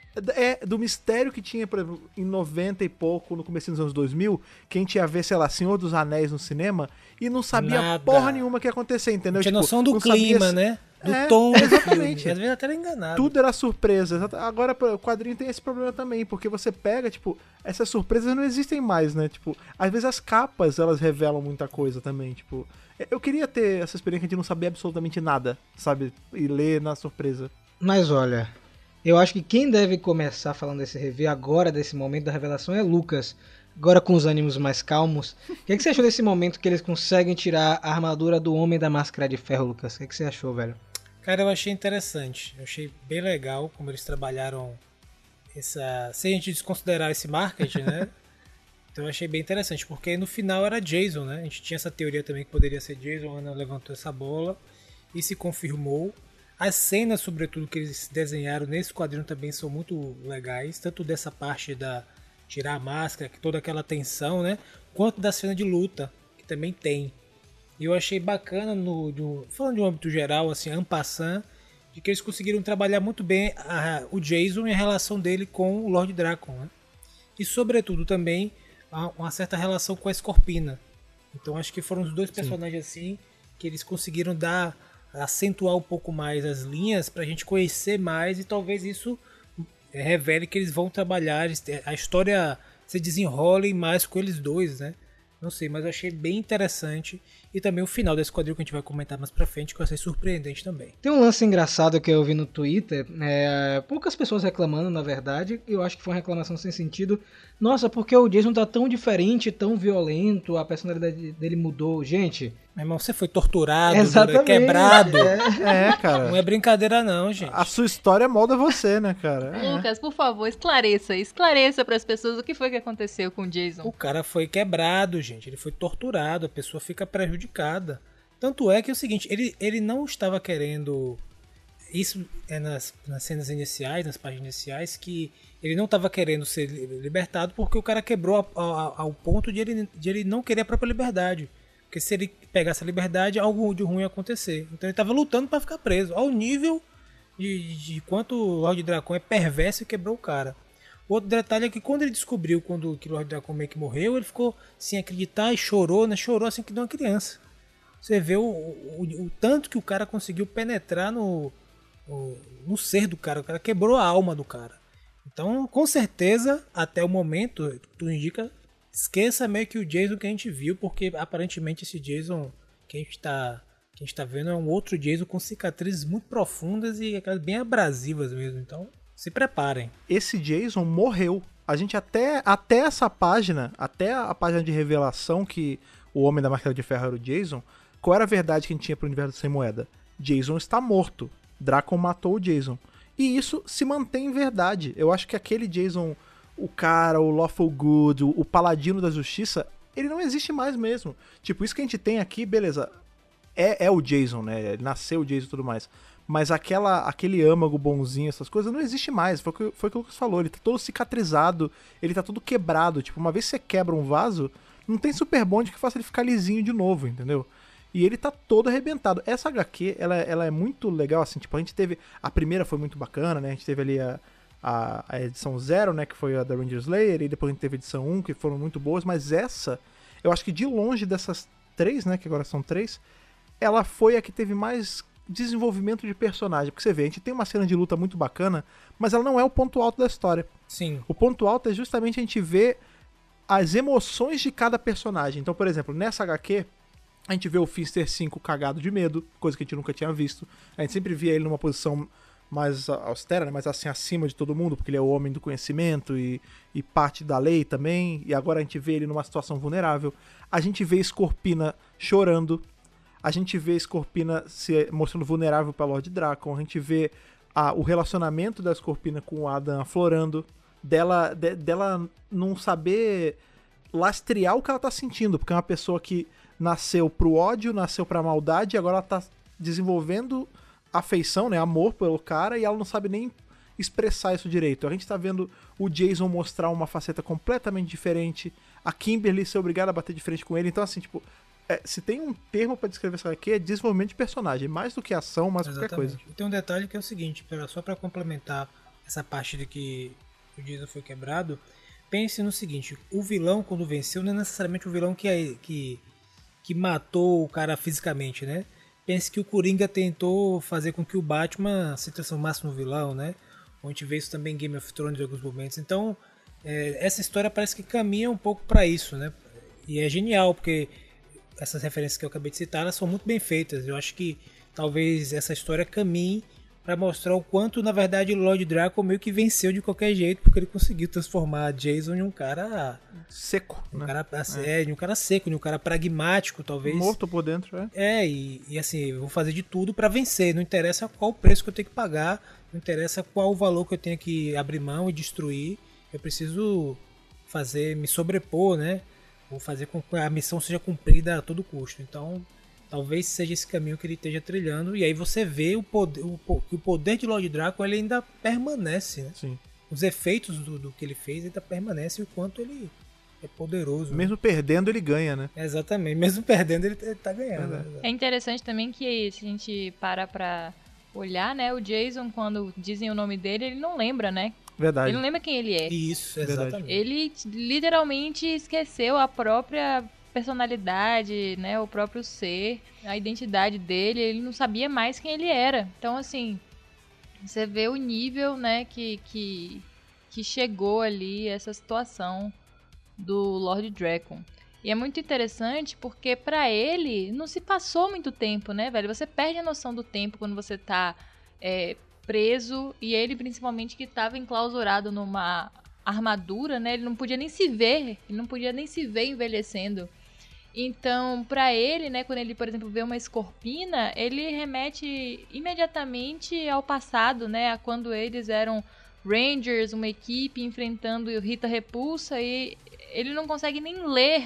É, do mistério que tinha, por exemplo, em noventa e pouco, no começo dos anos dois mil, que a gente ia ver, sei lá, Senhor dos Anéis no cinema e não sabia Nada. porra nenhuma que ia acontecer, entendeu? Não tinha Tipo, noção do não sabia clima, se- né? Do É, tom do exatamente. filme. Às vezes até era enganado. Tudo era surpresa. Exata- Agora, pô, o quadrinho tem esse problema também, porque você pega, tipo, essas surpresas não existem mais, né? Tipo, às vezes as capas, elas revelam muita coisa também, tipo... Eu queria ter essa experiência de não saber absolutamente nada, sabe? E ler na surpresa. Mas olha, eu acho que quem deve começar falando desse review agora, desse momento da revelação, é Lucas. Agora com os ânimos mais calmos. O que, é que você achou desse momento que eles conseguem tirar a armadura do Homem da Máscara de Ferro, Lucas? O que, é que você achou, velho? Cara, eu achei interessante. Eu achei bem legal como eles trabalharam essa... Sem a gente desconsiderar esse marketing, né? Então eu achei bem interessante, porque no final era Jason, né? A gente tinha essa teoria também que poderia ser Jason, a Ana levantou essa bola e se confirmou. As cenas, sobretudo, que eles desenharam nesse quadrinho também são muito legais, tanto dessa parte da tirar a máscara, que toda aquela tensão, né? Quanto da cena de luta, que também tem. E eu achei bacana, no, no, falando de um âmbito geral, assim, en passant, de que eles conseguiram trabalhar muito bem a, o Jason e a relação dele com o Lord Drakkon, né? E, sobretudo, também uma certa relação com a Scorpina. Então acho que foram os dois personagens assim que eles conseguiram dar, acentuar um pouco mais as linhas pra gente conhecer mais e talvez isso é, revele que eles vão trabalhar, a história se desenrole mais com eles dois, né? Não sei, mas eu achei bem interessante. E também o final desse quadrinho que a gente vai comentar mais pra frente, que eu achei surpreendente também. Tem um lance engraçado que eu vi no Twitter, é, poucas pessoas reclamando, na verdade, e eu acho que foi uma reclamação sem sentido. Nossa, porque o Jason tá tão diferente, tão violento, a personalidade dele mudou. Gente... Meu irmão, você foi torturado, Exatamente, quebrado. é. É, cara. Não é brincadeira não, gente. A sua história molda você, né, cara? É. Lucas, por favor, esclareça. Esclareça para as pessoas o que foi que aconteceu com o Jason. O cara foi quebrado, gente. Ele foi torturado. A pessoa fica prejudicada. Tanto é que é o seguinte, ele, ele não estava querendo... Isso é nas, nas cenas iniciais, nas páginas iniciais, que ele não estava querendo ser libertado porque o cara quebrou a, a, ao ponto de ele, de ele não querer a própria liberdade. Porque se ele pegasse a liberdade, algo de ruim ia acontecer. Então ele estava lutando para ficar preso. Ao nível de, de quanto o Lord Drakkon é perverso e quebrou o cara. O outro detalhe é que quando ele descobriu quando que o Lord Drakkon meio que morreu, ele ficou sem acreditar e chorou, né? Chorou assim que deu uma criança. Você vê o, o, o tanto que o cara conseguiu penetrar no, no, no ser do cara. O cara quebrou a alma do cara. Então, com certeza, até o momento, tudo indica... Esqueça meio que o Jason que a gente viu, porque aparentemente esse Jason que a gente tá, que a gente tá vendo é um outro Jason com cicatrizes muito profundas e aquelas bem abrasivas mesmo. Então, se preparem. Esse Jason morreu. A gente até, até essa página, até a página de revelação que o Homem da Máscara de Ferro era o Jason, qual era a verdade que a gente tinha pro universo sem moeda? Jason está morto. Drakkon matou o Jason. E isso se mantém verdade. Eu acho que aquele Jason... o cara, o Lawful Good, o, o paladino da justiça, ele não existe mais mesmo. Tipo, isso que a gente tem aqui, beleza, é, é o Jason, né? Ele nasceu o Jason e tudo mais. Mas aquela, aquele âmago bonzinho, essas coisas, não existe mais. Foi o que, foi o que o Lucas falou. Ele tá todo cicatrizado, ele tá todo quebrado. Tipo, uma vez que você quebra um vaso, não tem super bonde que faça ele ficar lisinho de novo, entendeu? E ele tá todo arrebentado. Essa agá quê, ela, ela é muito legal, assim, tipo, a gente teve... A primeira foi muito bacana, né? A gente teve ali a, a, a edição zero, né? Que foi a da Ranger Slayer, e depois a gente teve a edição um, que foram muito boas, mas essa, eu acho que de longe dessas três, né? Que agora são três, ela foi a que teve mais desenvolvimento de personagem. Porque você vê, a gente tem uma cena de luta muito bacana, mas ela não é o ponto alto da história. Sim. O ponto alto é justamente a gente ver as emoções de cada personagem. Então, por exemplo, nessa agá quê, a gente vê o Finster cinco cagado de medo, coisa que a gente nunca tinha visto. A gente sempre via ele numa posição mais austera, né? Mas assim, acima de todo mundo, porque ele é o homem do conhecimento e, e parte da lei também. E agora a gente vê ele numa situação vulnerável. A gente vê Scorpina chorando. A gente vê Scorpina se mostrando vulnerável pra Lord Drakkon. A gente vê a, o relacionamento da Scorpina com o Adam aflorando. Dela, de, dela não saber lastrear o que ela tá sentindo. Porque é uma pessoa que nasceu pro ódio, nasceu pra maldade. E agora ela tá desenvolvendo afeição, né? Amor pelo cara. E ela não sabe nem expressar isso direito. A gente tá vendo o Jason mostrar uma faceta completamente diferente. A Kimberly ser obrigada a bater de frente com ele. Então assim, tipo... É, se tem um termo pra descrever isso aqui, é desenvolvimento de personagem. Mais do que ação, mais do que qualquer coisa. E tem um detalhe que é o seguinte, só pra complementar essa parte de que o Jason foi quebrado, pense no seguinte, o vilão quando venceu não é necessariamente o vilão que, é, que, que matou o cara fisicamente, né? Pense que o Coringa tentou fazer com que o Batman se transformasse no vilão, né? A gente vê isso também em Game of Thrones em alguns momentos. Então, é, essa história parece que caminha um pouco pra isso, né? E é genial, porque essas referências que eu acabei de citar, elas são muito bem feitas. Eu acho que talvez essa história caminhe para mostrar o quanto, na verdade, o Lord Drakkon meio que venceu de qualquer jeito, porque ele conseguiu transformar Jason em um cara seco, um né? cara, é. É, em um cara seco, em um cara pragmático, talvez. Morto por dentro, é. É, e, e assim, eu vou fazer de tudo para vencer. Não interessa qual o preço que eu tenho que pagar, não interessa qual o valor que eu tenho que abrir mão e destruir. Eu preciso fazer, me sobrepor, né? Vou fazer com que a missão seja cumprida a todo custo. Então, talvez seja esse caminho que ele esteja trilhando. E aí você vê o poder, o, o poder de Lord Drakkon, ele ainda permanece, né? Sim. Os efeitos do, do que ele fez ainda permanecem, o quanto ele é poderoso. Mesmo né? perdendo, ele ganha, né? Exatamente. Mesmo perdendo, ele, ele tá ganhando. É. Né? É interessante também que, se a gente para pra olhar, né? O Jason, quando dizem o nome dele, ele não lembra, né? Verdade. Ele não lembra quem ele é. Isso, exatamente. Ele literalmente esqueceu a própria personalidade, né? O próprio ser, a identidade dele. Ele não sabia mais quem ele era. Então, assim, você vê o nível, né? Que, que, que chegou ali essa situação do Lord Drakkon. E é muito interessante porque pra ele não se passou muito tempo, né, velho? Você perde a noção do tempo quando você tá... É, preso, e ele principalmente que estava enclausurado numa armadura, né? Ele não podia nem se ver, ele não podia nem se ver envelhecendo. Então, pra ele, né, quando ele, por exemplo, vê uma Scorpina, ele remete imediatamente ao passado, né, a quando eles eram Rangers, uma equipe enfrentando Rita Repulsa, e ele não consegue nem ler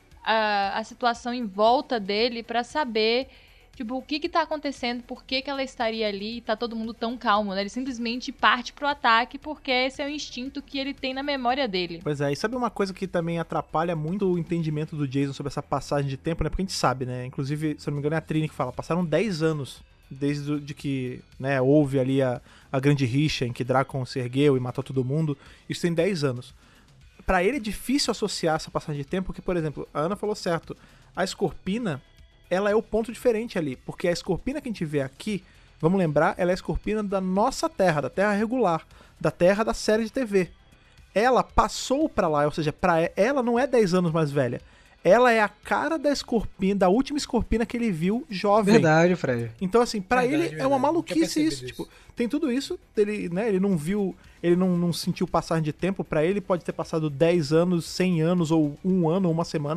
a, a situação em volta dele pra saber tipo, o que que tá acontecendo, por que que ela estaria ali e tá todo mundo tão calmo, né? Ele simplesmente parte pro ataque porque esse é o instinto que ele tem na memória dele. Pois é, e sabe uma coisa que também atrapalha muito o entendimento do Jason sobre essa passagem de tempo, né? Porque a gente sabe, né? Inclusive, se eu não me engano, é a Trini que fala, passaram dez anos desde de que, né, houve ali a, a grande rixa em que Drakkon se ergueu e matou todo mundo. Isso tem dez anos. Pra ele é difícil associar essa passagem de tempo, porque, por exemplo, a Ana falou certo, a Scorpina... ela é o ponto diferente ali, porque a Scorpina que a gente vê aqui, vamos lembrar, ela é a Scorpina da nossa Terra, da Terra regular, da Terra da série de T V. Ela passou pra lá, ou seja, pra ela não é dez anos mais velha. Ela é a cara da Scorpina, da última Scorpina que ele viu jovem. Verdade, Fred. Então, assim, pra Verdade, ele verdade. é uma maluquice isso. isso. Tipo, tem tudo isso, ele, né, ele não viu, ele não, não sentiu passagem de tempo. Pra ele pode ter passado dez anos, cem anos, ou um ano, ou uma semana.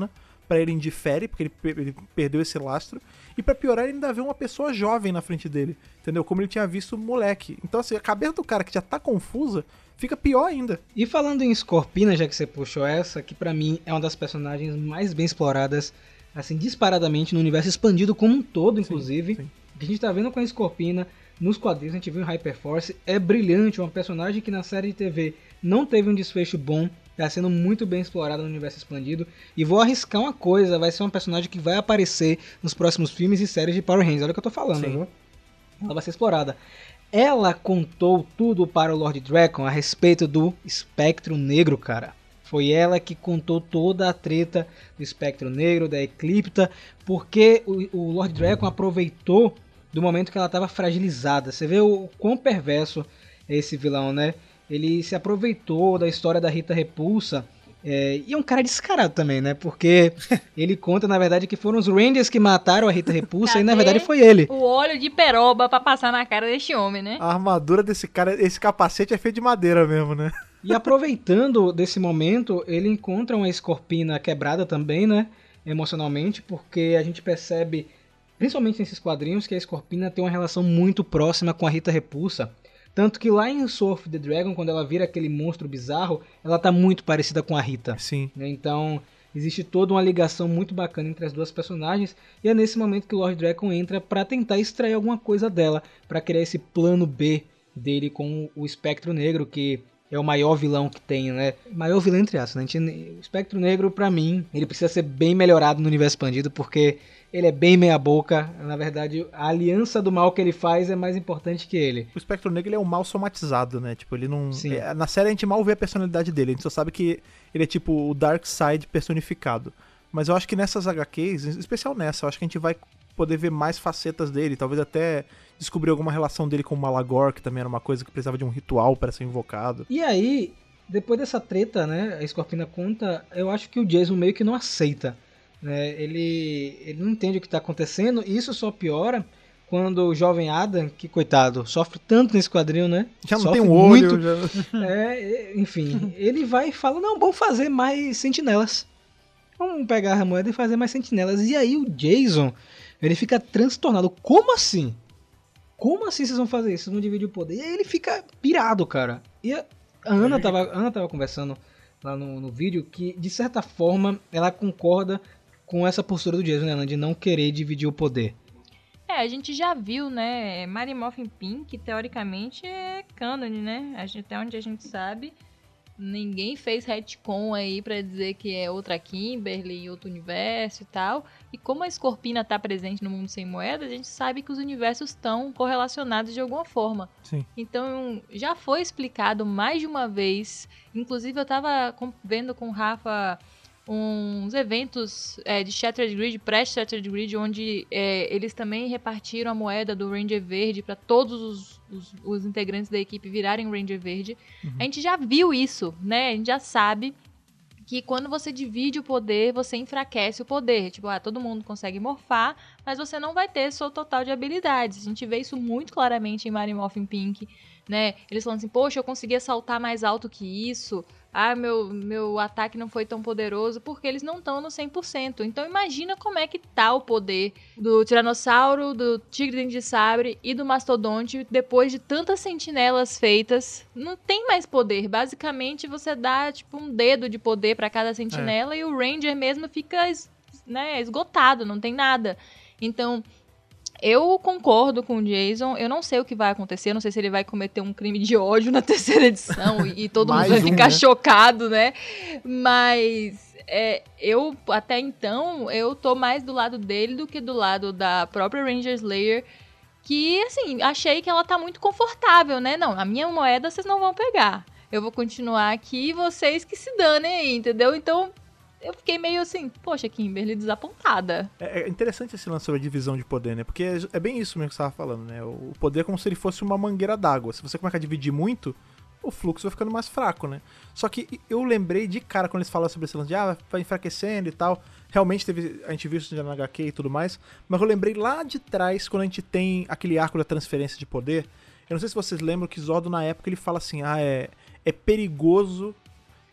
pra ele indifere, porque ele, ele perdeu esse lastro. E pra piorar, ele ainda vê uma pessoa jovem na frente dele, entendeu? Como ele tinha visto o moleque. Então, assim, a cabeça do cara que já tá confusa fica pior ainda. E falando em Scorpina, já que você puxou essa, que pra mim é uma das personagens mais bem exploradas, assim, disparadamente no universo expandido como um todo, inclusive. Sim, sim. O que a gente tá vendo com a Scorpina nos quadrinhos, a gente viu em Hyperforce, é brilhante, uma personagem que na série de T V não teve um desfecho bom, tá sendo muito bem explorada no universo expandido, e vou arriscar uma coisa, vai ser uma personagem que vai aparecer nos próximos filmes e séries de Power Rangers, olha o que eu tô falando, Sim. viu? Ela vai ser explorada. Ela contou tudo para o Lord Drakkon a respeito do Espectro Negro, cara. Foi ela que contou toda a treta do Espectro Negro, da Eclipta, porque o, o Lord Drakkon aproveitou do momento que ela estava fragilizada. Você vê o quão perverso é esse vilão, né? Ele se aproveitou da história da Rita Repulsa. É, e é um cara descarado também, né? Porque ele conta, na verdade, que foram os Rangers que mataram a Rita Repulsa. Cadê E, na verdade, foi ele. O óleo de peroba pra passar na cara deste homem, né? A armadura desse cara, esse capacete é feito de madeira mesmo, né? E aproveitando desse momento, ele encontra uma Scorpina quebrada também, né? Emocionalmente, porque a gente percebe, principalmente nesses quadrinhos, que a Scorpina tem uma relação muito próxima com a Rita Repulsa. Tanto que lá em Soul of the Dragon, quando ela vira aquele monstro bizarro, ela tá muito parecida com a Rita. Sim. Né? Então, existe toda uma ligação muito bacana entre as duas personagens. E é nesse momento que o Lord Drakkon entra pra tentar extrair alguma coisa dela, pra criar esse plano B dele com o Espectro Negro, que é o maior vilão que tem, né? Maior vilão entre aspas, né? A gente, o Espectro Negro, pra mim, ele precisa ser bem melhorado no universo expandido, porque ele é bem meia boca. Na verdade, a aliança do mal que ele faz é mais importante que ele. O Espectro Negro ele é um mal somatizado, né? Tipo, ele não... Sim. É, na série a gente mal vê a personalidade dele, a gente só sabe que ele é tipo o Darkseid personificado. Mas eu acho que nessas H Qs, em especial nessa, eu acho que a gente vai poder ver mais facetas dele, talvez até descobrir alguma relação dele com o Malagor, que também era uma coisa que precisava de um ritual para ser invocado. E aí, depois dessa treta, né, a Scorpina conta, eu acho que o Jason meio que não aceita, né, ele, ele não entende o que está acontecendo, e isso só piora quando o jovem Adam, que coitado, sofre tanto nesse quadrinho, né? Já não sofre tem um olho. muito, Já... é, enfim, ele vai e fala, não, vamos fazer mais sentinelas. Vamos pegar a moeda e fazer mais sentinelas. E aí o Jason, ele fica transtornado. Como assim? Como assim vocês vão fazer isso? Vocês vão dividir o poder? E aí ele fica pirado, cara. E a Ana tava, a Ana tava conversando lá no, no vídeo que, de certa forma, ela concorda com essa postura do Jason, né, de não querer dividir o poder. É, a gente já viu, né, Mary Morphin Pink, teoricamente, é cânone, né? A gente, até onde a gente sabe, ninguém fez retcon aí pra dizer que é outra Kimberly, outro universo e tal. E como a Scorpina tá presente no Mundo Sem Moedas, a gente sabe que os universos estão correlacionados de alguma forma. Sim. Então, já foi explicado mais de uma vez. Inclusive, eu tava vendo com o Rafa uns eventos é, de Shattered Grid, pré-Shattered Grid, onde é, eles também repartiram a moeda do Ranger Verde para todos os, os, os integrantes da equipe virarem Ranger Verde. Uhum. A gente já viu isso, né? A gente já sabe que quando você divide o poder, você enfraquece o poder. Tipo, ah, todo mundo consegue morfar, mas você não vai ter seu total de habilidades. A gente vê isso muito claramente em Mary Morphin Pink, né? Eles falam assim, poxa, eu conseguia saltar mais alto que isso. Ah, meu, meu ataque não foi tão poderoso, porque eles não estão no cem por cento. Então imagina como é que tá o poder do Tiranossauro, do Tigre de Sabre e do Mastodonte depois de tantas sentinelas feitas. Não tem mais poder. Basicamente você dá tipo um dedo de poder para cada sentinela é. E o Ranger mesmo fica, né, esgotado, não tem nada. Então... eu concordo com o Jason, eu não sei o que vai acontecer, eu não sei se ele vai cometer um crime de ódio na terceira edição e, e todo mundo vai um, ficar né? chocado, né? Mas é, eu, até então, eu tô mais do lado dele do que do lado da própria Ranger Slayer, que, assim, achei que ela tá muito confortável, né? Não, a minha moeda vocês não vão pegar. Eu vou continuar aqui e vocês que se danem aí, entendeu? Então... eu fiquei meio assim, poxa, Kimberly, desapontada. É, é interessante esse lance sobre a divisão de poder, né? Porque é, é bem isso mesmo que você estava falando, né? O poder é como se ele fosse uma mangueira d'água. Se você começar a dividir muito, o fluxo vai ficando mais fraco, né? Só que eu lembrei de cara quando eles falaram sobre esse lance de, ah, vai enfraquecendo e tal. Realmente teve, a gente viu isso na H Q e tudo mais. Mas eu lembrei lá de trás, quando a gente tem aquele arco da transferência de poder. Eu não sei se vocês lembram que Zordon, na época, ele fala assim, ah, é, é perigoso...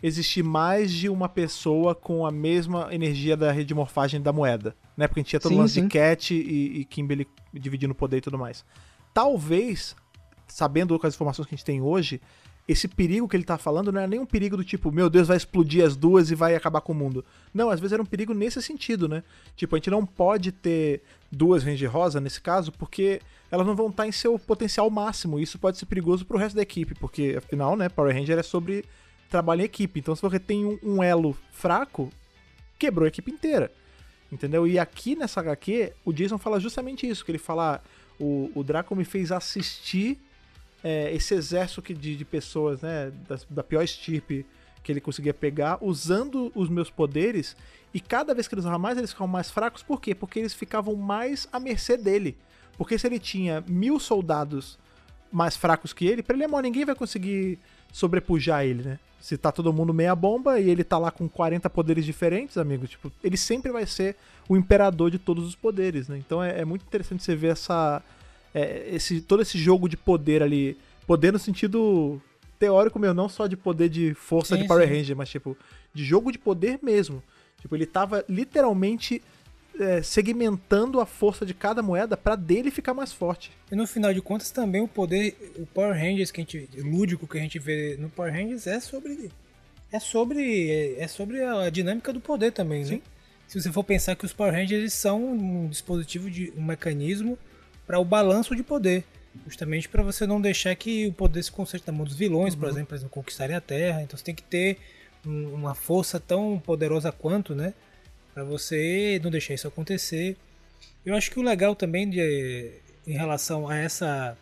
existir mais de uma pessoa com a mesma energia da rede de morfagem da moeda, né? Porque a gente tinha todo o lance de Cat e, e Kimberly dividindo o poder e tudo mais. Talvez, sabendo com as informações que a gente tem hoje, esse perigo que ele tá falando não é nem um perigo do tipo, meu Deus, vai explodir as duas e vai acabar com o mundo. Não, às vezes era um perigo nesse sentido, né? Tipo, a gente não pode ter duas Ranger Rosa nesse caso, porque elas não vão estar em seu potencial máximo. E isso pode ser perigoso pro resto da equipe, porque, afinal, né, Power Ranger é sobre trabalho em equipe. Então, se você tem um, um elo fraco, quebrou a equipe inteira. Entendeu? E aqui nessa agá quê, o Jason fala justamente isso, que ele fala, o, o Draco me fez assistir É, esse exército de, de pessoas, né, da, da pior estirpe que ele conseguia pegar, usando os meus poderes, e cada vez que eles usavam mais, eles ficavam mais fracos. Por quê? Porque eles ficavam mais à mercê dele. Porque se ele tinha mil soldados mais fracos que ele, pra ele, amor, ninguém vai conseguir sobrepujar ele, né? Se tá todo mundo meia bomba e ele tá lá com quarenta poderes diferentes, amigo, tipo, ele sempre vai ser o imperador de todos os poderes, né? Então é, é muito interessante você ver essa... É, esse, todo esse jogo de poder ali, poder no sentido teórico meu, não só de poder de força sim, de Power sim. Ranger, mas tipo, de jogo de poder mesmo. Tipo, ele tava literalmente é, segmentando a força de cada moeda pra dele ficar mais forte. E no final de contas também o poder, o Power Rangers que a gente, o lúdico que a gente vê no Power Rangers é sobre é sobre é sobre a dinâmica do poder também, sim. Né? Se você for pensar que os Power Rangers são um dispositivo de um mecanismo para o balanço de poder, justamente para você não deixar que o poder se concentre na mão dos vilões, uhum. por exemplo, para eles não conquistarem a Terra. Então você tem que ter um, uma força tão poderosa quanto, né, para você não deixar isso acontecer. Eu acho que o legal também de, em relação a essa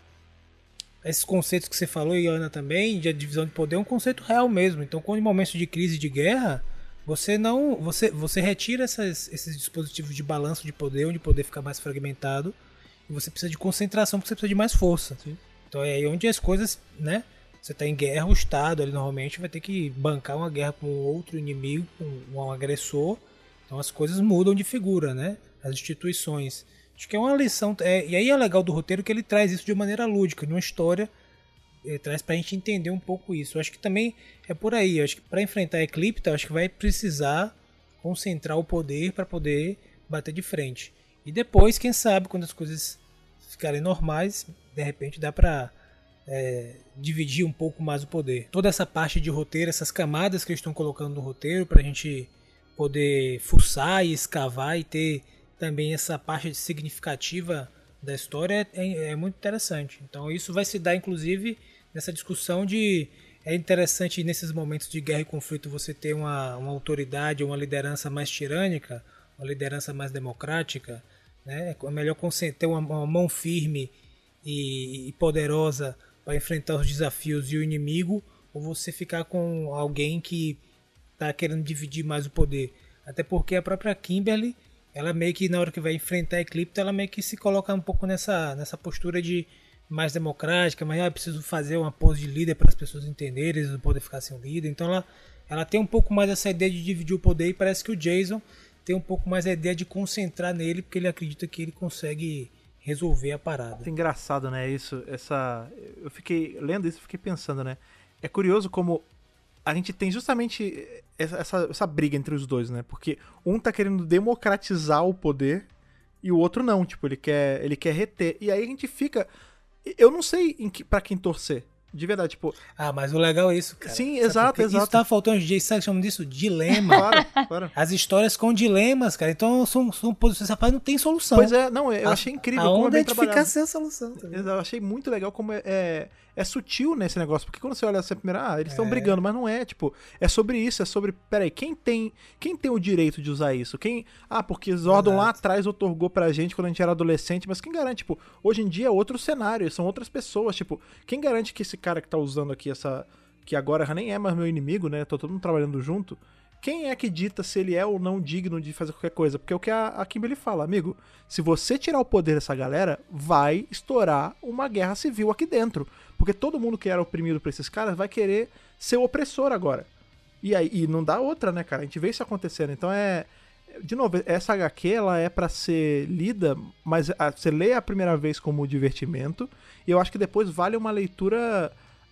a esses conceitos que você falou, e Ana também, de divisão de poder, é um conceito real mesmo. Então, quando em momentos de crise, de guerra, você não você você retira essas, esses dispositivos de balanço de poder, onde o poder fica mais fragmentado. Você precisa de concentração porque você precisa de mais força. Sim. Então é aí onde as coisas, né? Você tá em guerra, o Estado ali normalmente vai ter que bancar uma guerra com outro inimigo, com um agressor. Então as coisas mudam de figura, né? As instituições. Acho que é uma lição. É, e aí é legal do roteiro que ele traz isso de maneira lúdica, de uma história. Ele traz pra gente entender um pouco isso. Eu acho que também é por aí. Eu acho que pra enfrentar a Eclipta, eu acho que vai precisar concentrar o poder para poder bater de frente. E depois, quem sabe, quando as coisas ficarem normais, de repente dá pra é, dividir um pouco mais o poder. Toda essa parte de roteiro, essas camadas que eles estão colocando no roteiro pra gente poder fuçar e escavar e ter também essa parte significativa da história é, é muito interessante. Então isso vai se dar inclusive nessa discussão de é interessante nesses momentos de guerra e conflito você ter uma, uma autoridade, uma liderança mais tirânica, uma liderança mais democrática, né? É melhor ter uma, uma mão firme e, e poderosa para enfrentar os desafios e o inimigo, ou você ficar com alguém que está querendo dividir mais o poder. Até porque a própria Kimberly, ela meio que na hora que vai enfrentar a Eclipta, ela meio que se coloca um pouco nessa, nessa postura de mais democrática, mas ah, eu preciso fazer uma pose de líder para as pessoas entenderem, eles não podem ficar sem o líder. Então ela, ela tem um pouco mais essa ideia de dividir o poder, e parece que o Jason tem um pouco mais a ideia de concentrar nele, porque ele acredita que ele consegue resolver a parada. É engraçado, né, isso, essa... Eu fiquei, lendo isso, fiquei pensando, né, é curioso como a gente tem justamente essa, essa, essa briga entre os dois, né, porque um tá querendo democratizar o poder e o outro não, tipo, ele quer, ele quer reter, e aí a gente fica... Eu não sei em que, pra quem torcer. De verdade, tipo... Ah, mas o legal é isso, cara. Sim, sabe? exato, Porque exato. Isso tá faltando, os D Js, sabe, chamam disso? Dilema. Claro, claro. As histórias com dilemas, cara. Então, são, são posições, rapaz, não tem solução. Pois é, não, eu a, achei incrível a como é onda bem é de trabalhado. ficar sem a solução. Tá Eu achei muito legal como é, é, é sutil nesse negócio. Porque quando você olha essa primeira, ah, eles estão É. brigando, mas não é, tipo, é sobre isso, é sobre, peraí, quem tem, quem tem o direito de usar isso? Quem, ah, porque Zordon lá Exato. atrás otorgou pra gente quando a gente era adolescente, mas quem garante, tipo, hoje em dia é outro cenário, são outras pessoas, tipo, quem garante que esse cara que tá usando aqui essa... que agora já nem é mais meu inimigo, né? Tô todo mundo trabalhando junto. Quem é que dita se ele é ou não digno de fazer qualquer coisa? Porque é o que a, a Kimberly fala, amigo, se você tirar o poder dessa galera, vai estourar uma guerra civil aqui dentro. Porque todo mundo que era oprimido por esses caras vai querer ser o opressor agora. E aí e não dá outra, né, cara? A gente vê isso acontecendo. Então é... De novo, essa agá quê, ela é pra ser lida, mas a, você lê a primeira vez como divertimento, e eu acho que depois vale uma leitura...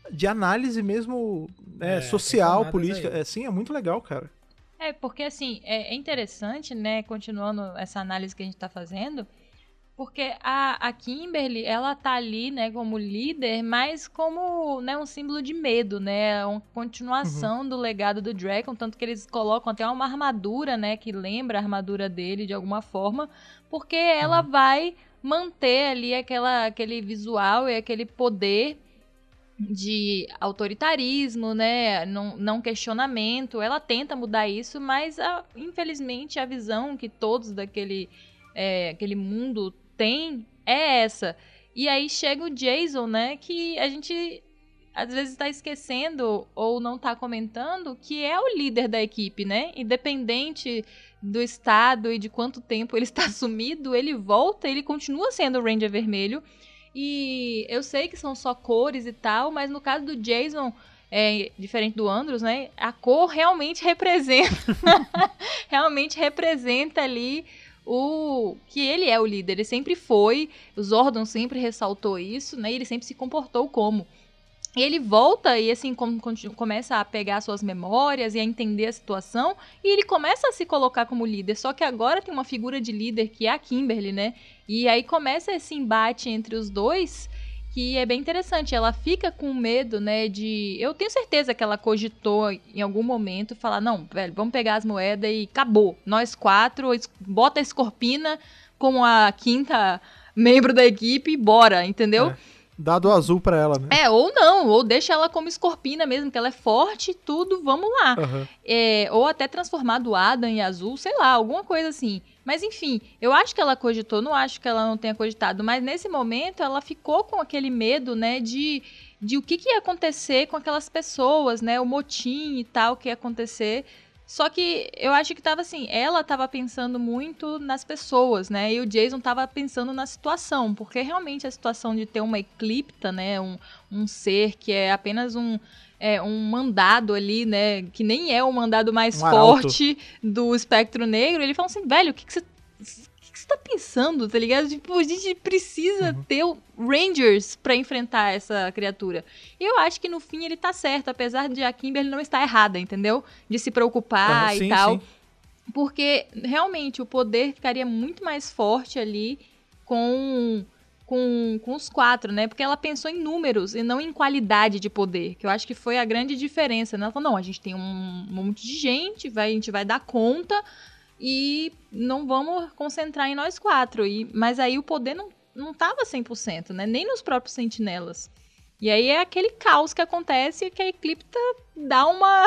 de análise mesmo é, É, social, tem política. camadas aí. É, sim, é muito legal, cara. É, porque assim, é é interessante, né, continuando essa análise que a gente tá fazendo, porque a, a Kimberly, ela tá ali, né, como líder, mas como, né, um símbolo de medo, né, uma continuação do legado do Dragon, tanto que eles colocam até uma armadura, né, que lembra a armadura dele de alguma forma, porque ela vai manter ali aquela, aquele visual e aquele poder de autoritarismo, né, não, não questionamento. Ela tenta mudar isso, mas a- infelizmente a visão que todos daquele é, aquele mundo tem é essa. E aí chega o Jason, né, que a gente às vezes está esquecendo ou não está comentando que é o líder da equipe, né, independente do estado e de quanto tempo ele está sumido, ele volta, ele continua sendo o Ranger Vermelho. E eu sei que são só cores e tal, mas no caso do Jason, é, diferente do Andros, né? A cor realmente representa. realmente representa ali o que ele é o líder. Ele sempre foi, o Zordon sempre ressaltou isso, né? E ele sempre se comportou como. E ele volta e, assim, com, com, começa a pegar suas memórias e a entender a situação. E ele começa a se colocar como líder. Só que agora tem uma figura de líder que é a Kimberly, né? E aí começa esse embate entre os dois, que é bem interessante. Ela fica com medo, né, de... Eu tenho certeza que ela cogitou em algum momento falar, não, velho, vamos pegar as moedas e acabou. Nós quatro, bota a Scorpina como a quinta membro da equipe e bora, entendeu? É. Dado azul pra ela, né? É, ou não, ou deixa ela como Scorpina mesmo, que ela é forte, tudo, vamos lá. Uhum. É, ou até transformar do Adam em azul, sei lá, alguma coisa assim. Mas enfim, eu acho que ela cogitou, não acho que ela não tenha cogitado, mas nesse momento ela ficou com aquele medo, né, de, de o que, que ia acontecer com aquelas pessoas, né, o motim e tal que ia acontecer. Só que eu acho que tava assim, ela tava pensando muito nas pessoas, né? E o Jason tava pensando na situação, porque realmente a situação de ter uma eclipta, né? Um, um ser que é apenas um, é, um mandado ali, né? Que nem é o mandado mais Um arauto. forte do espectro negro. Ele fala assim, velho, o que, que você... O que você tá pensando, tá ligado? Tipo, a gente precisa Uhum. ter o Rangers pra enfrentar essa criatura. E eu acho que no fim ele tá certo, apesar de a Kimberly não estar errada, entendeu? De se preocupar Ah, e sim, tal. sim. Porque realmente o poder ficaria muito mais forte ali com, com, com os quatro, né? Porque ela pensou em números e não em qualidade de poder, que eu acho que foi a grande diferença, né? Ela falou, não, a gente tem um, um monte de gente, vai, a gente vai dar conta e não vamos concentrar em nós quatro. E, mas aí o poder não, não tava cem por cento, né? Nem nos próprios sentinelas. E aí é aquele caos que acontece que a Eclipta dá uma...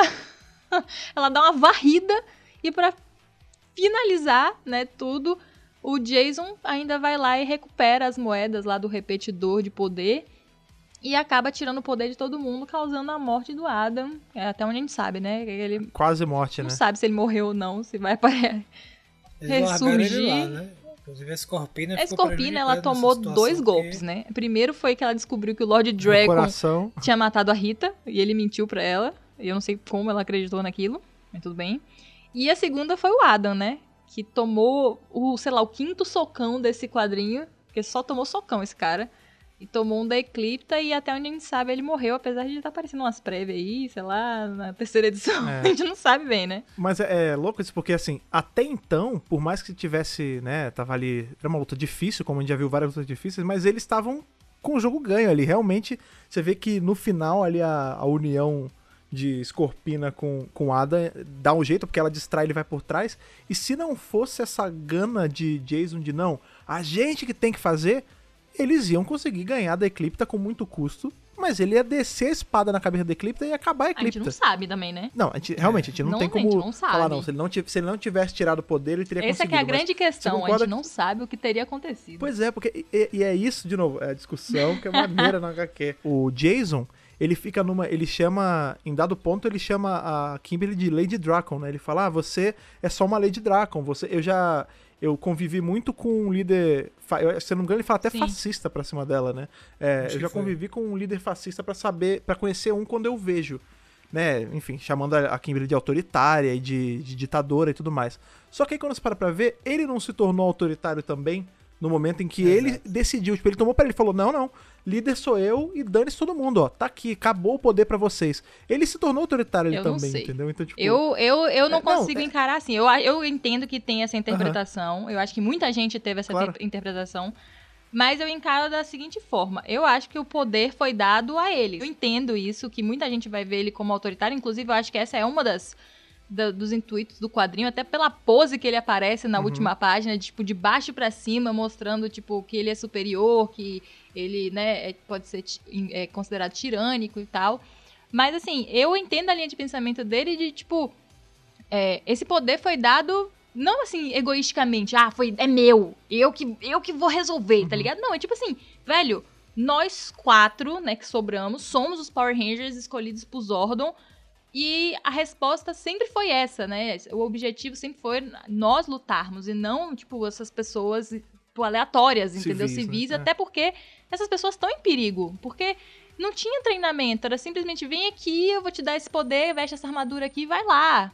ela dá uma varrida e pra finalizar, né, tudo, o Jason ainda vai lá e recupera as moedas lá do repetidor de poder e acaba tirando o poder de todo mundo, causando a morte do Adam. É até onde a gente sabe, né? Ele Quase morte, não né? sabe se ele morreu ou não, se vai aparecer. Eles largaram ele ressurgir. lá, né? Inclusive a Scorpina A ficou Scorpina, prejudicada ela nessa tomou situação, dois porque- golpes, né? Primeiro foi que ela descobriu que o Lord No Dragon coração. tinha matado a Rita, e ele mentiu pra ela. E eu não sei como ela acreditou naquilo, mas tudo bem. E a segunda foi o Adam, né? Que tomou o, sei lá, o quinto socão desse quadrinho, porque só tomou socão esse cara. E tomou um da Eclipta e até onde a gente sabe ele morreu, apesar de estar aparecendo umas prévias aí, sei lá, na terceira edição. É. A gente não sabe bem, né? Mas é, é louco isso, porque assim, até então, por mais que tivesse, né, tava ali, era uma luta difícil, como a gente já viu várias lutas difíceis, mas eles estavam com o jogo ganho ali. Realmente, você vê que no final ali a, a união de Scorpina com, com Ada dá um jeito, porque ela distrai, ele vai por trás. E se não fosse essa gana de Jason de não, a gente que tem que fazer, eles iam conseguir ganhar da Eclipta com muito custo, mas ele ia descer a espada na cabeça da Eclipta e ia acabar a A gente Eclipta. não sabe também, né? Não, a gente, realmente, a gente não, Não, tem a como gente não sabe. falar, não. Se ele não, tivesse, se ele não tivesse tirado o poder, ele teria Essa que conseguido. é a mas grande questão, a concorda gente não que- sabe o que teria acontecido. Pois é, porque. E, e é isso, de novo, é a discussão que é maneira no agá quê. O Jason, ele fica numa. Ele chama. Em dado ponto, ele chama a Kimberly de Lady Dracon, né? Ele fala: ah, você é só uma Lady Dracon. Você, eu já. Eu convivi muito com um líder. fa- eu- Se eu não me engano, ele fala até Sim. fascista pra cima dela, né? É, Acho eu que já foi. convivi com um líder fascista pra saber. Pra conhecer um quando eu vejo. Né, enfim, chamando a a Kimberly de autoritária e de, de ditadora e tudo mais. Só que aí quando você para pra ver, ele não se tornou autoritário também no momento em que Exato. ele decidiu, tipo, ele tomou pra ele e falou, não, não, líder sou eu e dane-se todo mundo, ó. Tá aqui, acabou o poder pra vocês. Ele se tornou autoritário ele Eu não também, sei. entendeu? Então, tipo... Eu, eu, eu não É, não, consigo é- encarar assim. Eu, eu entendo que tem essa interpretação. Eu acho que muita gente teve essa Claro. inter- interpretação. Mas eu encaro da seguinte forma. Eu acho que o poder foi dado a ele. Eu entendo isso, que muita gente vai ver ele como autoritário. Inclusive, eu acho que essa é uma das... da- dos intuitos do quadrinho, até pela pose que ele aparece na Uhum. última página, de, tipo, de baixo pra cima, mostrando, tipo, que ele é superior, que ele, né, é- pode ser ti- é, considerado tirânico e tal. Mas, assim, eu entendo a linha de pensamento dele de, tipo, é, esse poder foi dado, não, assim, egoisticamente, ah, foi, é meu, eu que, eu que vou resolver, tá ligado? Não, é tipo assim, velho, nós quatro, né, que sobramos, somos os Power Rangers escolhidos por Zordon. E a resposta sempre foi essa, né? O objetivo sempre foi nós lutarmos e não, tipo, essas pessoas tipo, aleatórias, entendeu? Civis, Civis, né? até porque essas pessoas estão em perigo. Porque não tinha treinamento, era simplesmente vem aqui, eu vou te dar esse poder, veste essa armadura aqui e vai lá.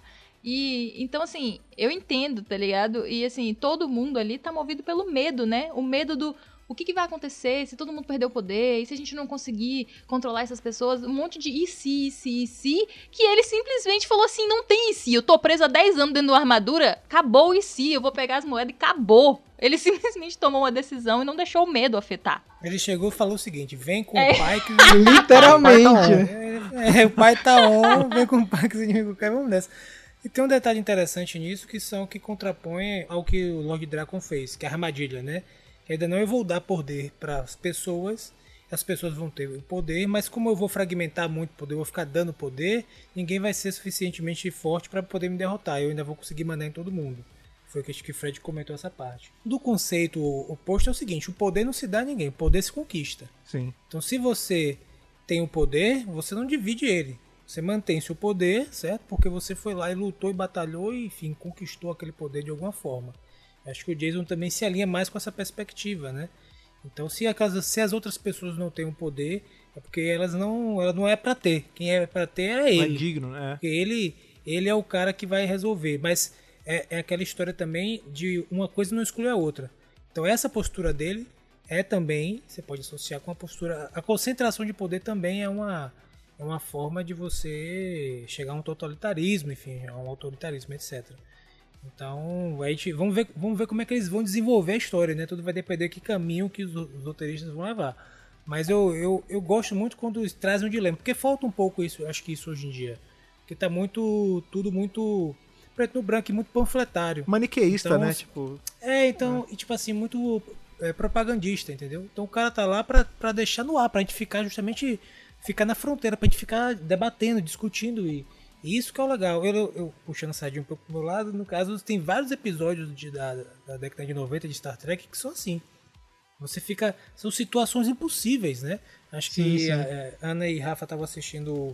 E então, assim, eu entendo, tá ligado? E assim, todo mundo ali tá movido pelo medo, né? O medo do. O que, que vai acontecer se todo mundo perder o poder? E se a gente não conseguir controlar essas pessoas? Um monte de e se, e se, e se. Que ele simplesmente falou assim, não tem e se. Eu tô preso há dez anos dentro de uma armadura. Acabou o e se. Eu vou pegar as moedas e acabou. Ele simplesmente tomou uma decisão e não deixou o medo afetar. Ele chegou e falou o seguinte, vem com É. o pai que... Literalmente. É, o pai tá on, vem com o pai que os inimigos caem, vamos nessa. E tem um detalhe interessante nisso, que são que contrapõe ao que o Lord Drakkon fez, que é a armadilha, né? Que ainda não eu vou dar poder para as pessoas, as pessoas vão ter o poder, mas como eu vou fragmentar muito poder, eu vou ficar dando poder, ninguém vai ser suficientemente forte para poder me derrotar, eu ainda vou conseguir mandar em todo mundo. Foi o que acho que o Fred comentou essa parte. Do conceito oposto é o seguinte, o poder não se dá a ninguém, o poder se conquista. Sim. Então se você tem o poder, você não divide ele. Você mantém seu poder, certo? Porque você foi lá e lutou e batalhou e, enfim, conquistou aquele poder de alguma forma. Acho que o Jason também se alinha mais com essa perspectiva, né? Então, se, a casa, se as outras pessoas não têm o poder, é porque elas não, ela não é pra ter. Quem é pra ter é Não é ele. digno, né? Porque ele, ele é o cara que vai resolver. Mas é, é aquela história também de uma coisa não exclui a outra. Então, essa postura dele é também, você pode associar com a postura... A concentração de poder também é uma... É uma forma de você chegar a um totalitarismo, enfim, a um autoritarismo, etcétera. Então, a gente, vamos, ver, vamos ver como é que eles vão desenvolver a história, né? Tudo vai depender de que caminho que os, os roteiristas vão levar. Mas eu, eu, eu gosto muito quando eles trazem um dilema, porque falta um pouco isso, acho que isso hoje em dia. Porque tá muito, tudo muito preto no branco e muito panfletário. Maniqueísta, Então, né? Tipo, É, então, e tipo assim, muito é, propagandista, entendeu? Então o cara tá lá pra, pra deixar no ar, pra gente ficar justamente, ficar na fronteira, pra gente ficar debatendo, discutindo e, e isso que é o legal. Eu, eu, eu puxando a sardinha um pouco pro meu lado, no caso, tem vários episódios de, da, da década de noventa de Star Trek que são assim. Você fica... São situações impossíveis, né? Acho Sim, que sim. a, a Ana e Rafa estavam assistindo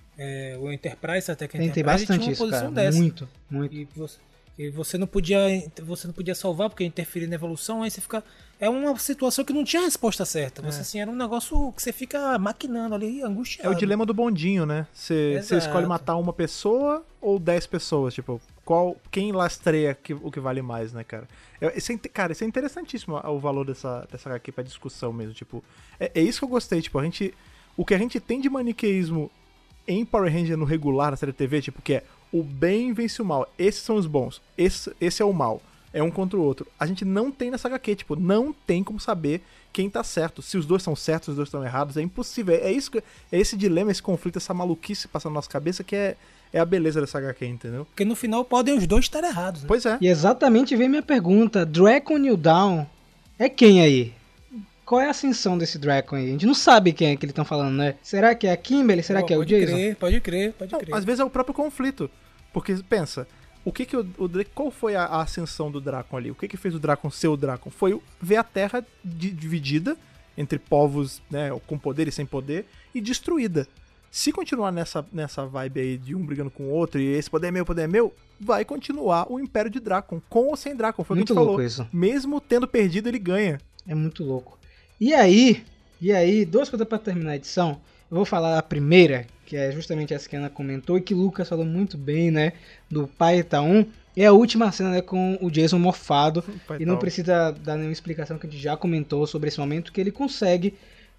é, o Enterprise, até que Tem, tem Enterprise bastante tinha uma isso, posição cara. dessa. Muito, muito. E você, e você não podia você não podia salvar porque interferir na evolução, aí você fica... É uma situação que não tinha resposta certa. Você, assim, era um negócio que você fica maquinando ali, angustiado. é o dilema do bondinho, né? Você você Exato. escolhe matar uma pessoa ou dez pessoas, tipo, qual, quem lastreia que, o que vale mais, né, cara? É, isso é, inte- cara, isso é interessantíssimo o valor dessa, dessa H Q pra discussão mesmo, tipo, é, é isso que eu gostei, tipo, a gente, o que a gente tem de maniqueísmo em Power Ranger no regular, na série T V, tipo, que é o bem vence o mal, esses são os bons, esse, esse é o mal, é um contra o outro. A gente não tem nessa H Q, tipo, não tem como saber quem tá certo, se os dois são certos, se os dois estão errados, é impossível, é, isso que, é esse dilema, esse conflito, essa maluquice passando na nossa cabeça que é, é a beleza dessa H Q, entendeu? Porque no final podem os dois estar errados, né? Pois é. E exatamente vem minha pergunta. Draco New Dawn é quem aí? Qual é a ascensão desse Draco aí? A gente não sabe quem é que eles estão falando, né? Será que é a Kimberly? Será que é o pode Jason? Crer, pode crer, pode Não, crer. às vezes é o próprio conflito. Porque, pensa, o que que o, o Drake, qual foi a, a ascensão do Drakon ali? O que que fez o Drakon ser o Drakon? Foi o- ver a Terra di- dividida entre povos, né, com poder e sem poder, e destruída. Se continuar nessa, nessa vibe aí de um brigando com o outro, e esse poder é meu, poder é meu, vai continuar o Império de Drakon, com ou sem Drakon. Foi Muito o que a gente louco falou. isso. Mesmo tendo perdido, ele ganha. É muito louco. E aí, e aí, duas coisas pra terminar a edição. Eu vou falar a primeira, que é justamente essa que a Ana comentou e que o Lucas falou muito bem, né? Do Pai Itaú. É a última cena, né, com o Jason mofado. Pai E não Itaú. precisa dar nenhuma explicação, que a gente já comentou sobre esse momento, que ele consegue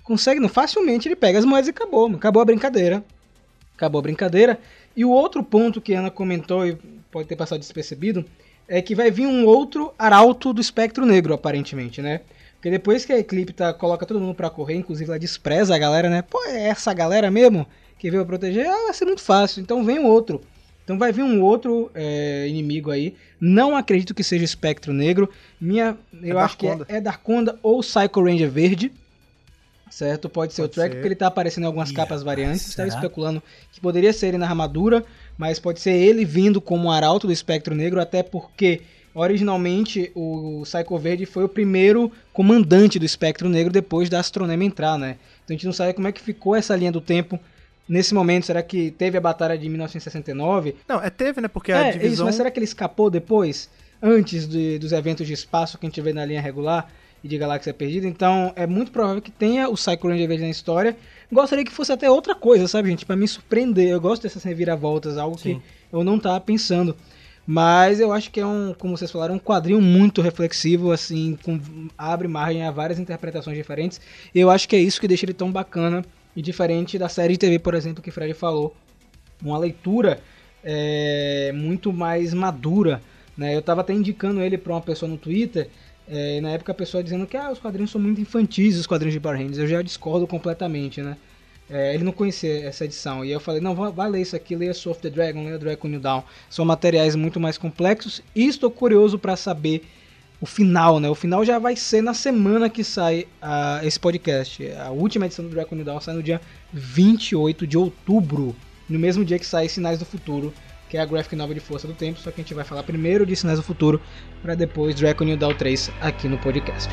consegue, não, facilmente ele pega as moedas e acabou, acabou a brincadeira. Acabou a brincadeira. E o outro ponto que a Ana comentou, e pode ter passado despercebido, é que vai vir um outro arauto do espectro negro, aparentemente, né? Porque depois que a Eclipse tá, coloca todo mundo pra correr, inclusive ela despreza a galera, né? Pô, é essa galera mesmo que veio proteger? Ah, vai ser muito fácil, então vem um outro. Então vai vir um outro é, inimigo aí. Não acredito que seja espectro negro. Minha, eu é acho Darkonda. que é, é Darkonda ou Psycho Ranger verde. Certo? Pode ser Pode o Track, ser. porque ele tá aparecendo em algumas Ih, capas variantes. rapaz, Estava será? especulando que poderia ser ele na armadura, mas pode ser ele vindo como um arauto do espectro negro, até porque originalmente o Psycho Verde foi o primeiro comandante do espectro negro depois da Astronema entrar, né? Então a gente não sabe como é que ficou essa linha do tempo nesse momento. Será que teve a batalha de mil novecentos e sessenta e nove? Não, é teve, né? Porque a É, divisão... isso, mas será que ele escapou depois? Antes de, dos eventos de espaço que a gente vê na linha regular e de Galáxia Perdida? Então é muito provável que tenha o Psycho Ranger verde na história. Gostaria que fosse até outra coisa, sabe, gente? Pra me surpreender. Eu gosto dessas reviravoltas, algo Sim. que eu não tava pensando. Mas eu acho que é um, como vocês falaram, um quadrinho muito reflexivo, assim, com, abre margem a várias interpretações diferentes. E eu acho que é isso que deixa ele tão bacana e diferente da série de T V, por exemplo, que o Fred falou. Uma leitura é, muito mais madura, né? Eu tava até indicando ele pra uma pessoa no Twitter, é, na época a pessoa dizendo que ah, os quadrinhos são muito infantis, os quadrinhos de Power Rangers. Eu já discordo completamente, né? É, ele não conhecia essa edição. E eu falei, não, vai, vai ler isso aqui, leia Soul of the Dragon, leia Dragon New Dawn. São materiais muito mais complexos. E estou curioso para saber o final, né? O final já vai ser na semana que sai uh, esse podcast. A última edição do Dragon New Dawn sai no dia vinte e oito de outubro. No mesmo dia que sai Sinais do Futuro, que é a graphic novel de Força do Tempo. Só que a gente vai falar primeiro de Sinais do Futuro, para depois Dragon New Dawn três aqui no podcast.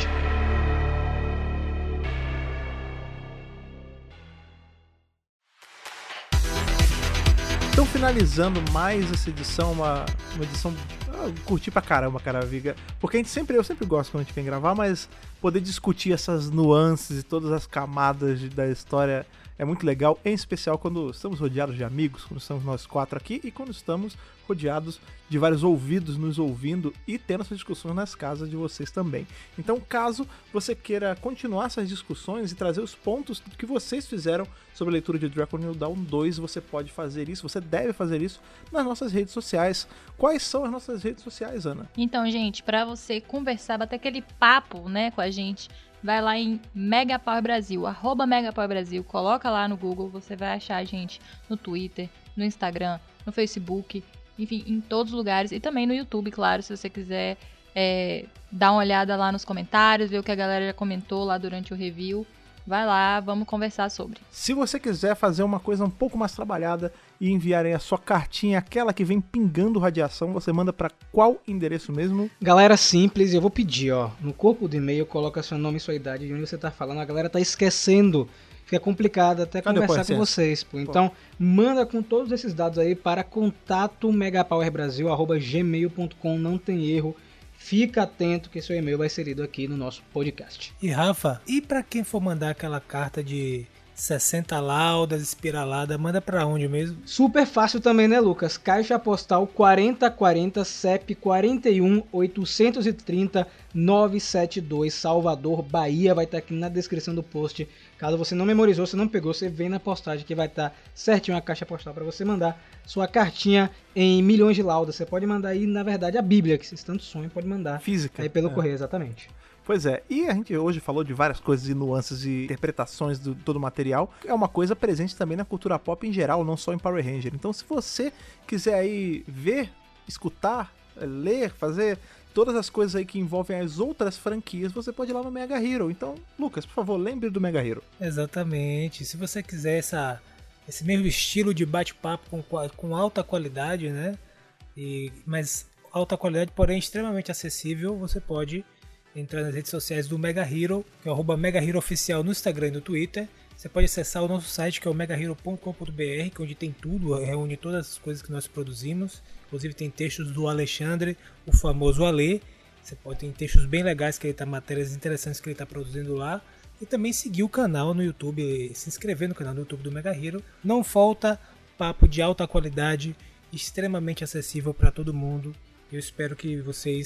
Então, finalizando mais essa edição, uma, uma edição. Ah, eu curti pra caramba, cara, Viga. Porque a gente sempre, eu sempre gosto quando a gente vem gravar, mas poder discutir essas nuances e todas as camadas de- da história é muito legal, em especial quando estamos rodeados de amigos, quando estamos nós quatro aqui e quando estamos rodeados de vários ouvidos nos ouvindo e tendo essas discussões nas casas de vocês também. Então, caso você queira continuar essas discussões e trazer os pontos que vocês fizeram sobre a leitura de Dragon New Dawn dois, você pode fazer isso, você deve fazer isso nas nossas redes sociais. Quais são as nossas redes sociais, Ana? Então, gente, pra você conversar, bater aquele papo, né, com a gente, vai lá em Megapower Brasil, arroba Megapower Brasil, coloca lá no Google, você vai achar a gente no Twitter, no Instagram, no Facebook, enfim, em todos os lugares, e também no YouTube, claro, se você quiser é, dar uma olhada lá nos comentários, ver o que a galera já comentou lá durante o review, vai lá, vamos conversar sobre. Se você quiser fazer uma coisa um pouco mais trabalhada e enviar aí a sua cartinha, aquela que vem pingando radiação, você manda para qual endereço mesmo? Galera simples, eu vou pedir, ó, no corpo do e-mail coloca seu nome e sua idade, de onde você tá falando, a galera tá esquecendo, fica complicado até Cadê o conversar com consenso? vocês, pô. Então, manda com todos esses dados aí para contato megapowerbrasil arroba gmail ponto com, não tem erro, fica atento que seu e-mail vai ser lido aqui no nosso podcast. E Rafa, e pra quem for mandar aquela carta de sessenta laudas espiralada, manda pra onde mesmo? Super fácil também, né, Lucas? Caixa postal quarenta quarenta, C E P quarenta e um, oitocentos e trinta, novecentos e setenta e dois, Salvador, Bahia. Vai estar aqui na descrição do post. Caso você não memorizou, você não pegou, você vem na postagem que vai estar certinho a caixa postal para você mandar sua cartinha em milhões de laudas. Você pode mandar aí, na verdade, a Bíblia, que vocês tanto sonham, pode mandar Física. aí pelo É. correio, exatamente. Pois é, e a gente hoje falou de várias coisas e nuances e interpretações do todo o material. É uma coisa presente também na cultura pop em geral, não só em Power Ranger. Então, se você quiser aí ver, escutar, ler, fazer todas as coisas aí que envolvem as outras franquias, você pode ir lá no Mega Hero. Então, Lucas, por favor, lembre do Mega Hero. Exatamente. Se você quiser essa, esse mesmo estilo de bate-papo com, qua- com alta qualidade, né? E, mas alta qualidade, porém extremamente acessível, você pode entrar nas redes sociais do Mega Hero, que é o arroba Mega Hero Oficial no Instagram e no Twitter. Você pode acessar o nosso site, que é o mega hero ponto com ponto b r, que é onde tem tudo, reúne todas as coisas que nós produzimos. Inclusive tem textos do Alexandre, o famoso Ale. Você pode ter textos bem legais, que ele tá, matérias interessantes que ele está produzindo lá. E também seguir o canal no YouTube, se inscrever no canal do YouTube do Mega Hero. Não falta papo de alta qualidade, extremamente acessível para todo mundo. Eu espero que vocês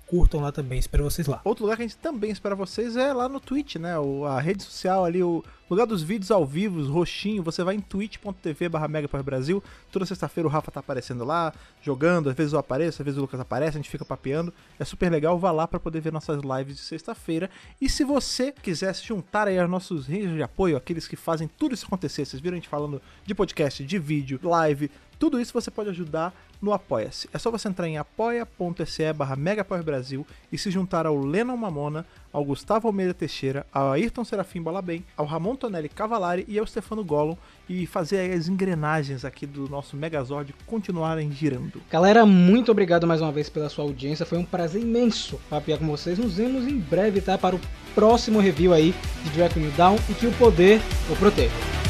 curtam lá também. Espero vocês lá. Outro lugar que a gente também espera vocês é lá no Twitch, né? O, a rede social ali, o lugar dos vídeos ao vivo, roxinho. Você vai em twitch.tv barra megapowerbrasil. Toda sexta-feira o Rafa tá aparecendo lá, jogando. Às vezes eu apareço, às vezes o Lucas aparece, a gente fica papeando. É super legal, vá lá pra poder ver nossas lives de sexta-feira. E se você quiser se juntar aí aos nossos redes de apoio, aqueles que fazem tudo isso acontecer, vocês viram a gente falando de podcast, de vídeo, live, tudo isso você pode ajudar no Apoia-se. É só você entrar em apoia.se barra megapowerbrasil e se juntar ao Lennon Mamona, ao Gustavo Almeida Teixeira, ao Ayrton Serafim Balabem, ao Ramon Tonelli Cavalari e ao Stefano Gollum e fazer as engrenagens aqui do nosso Megazord continuarem girando. Galera, muito obrigado mais uma vez pela sua audiência, foi um prazer imenso papear com vocês. Nos vemos em breve, tá? Para o próximo review aí de Dragon New Dawn e que o poder o proteja.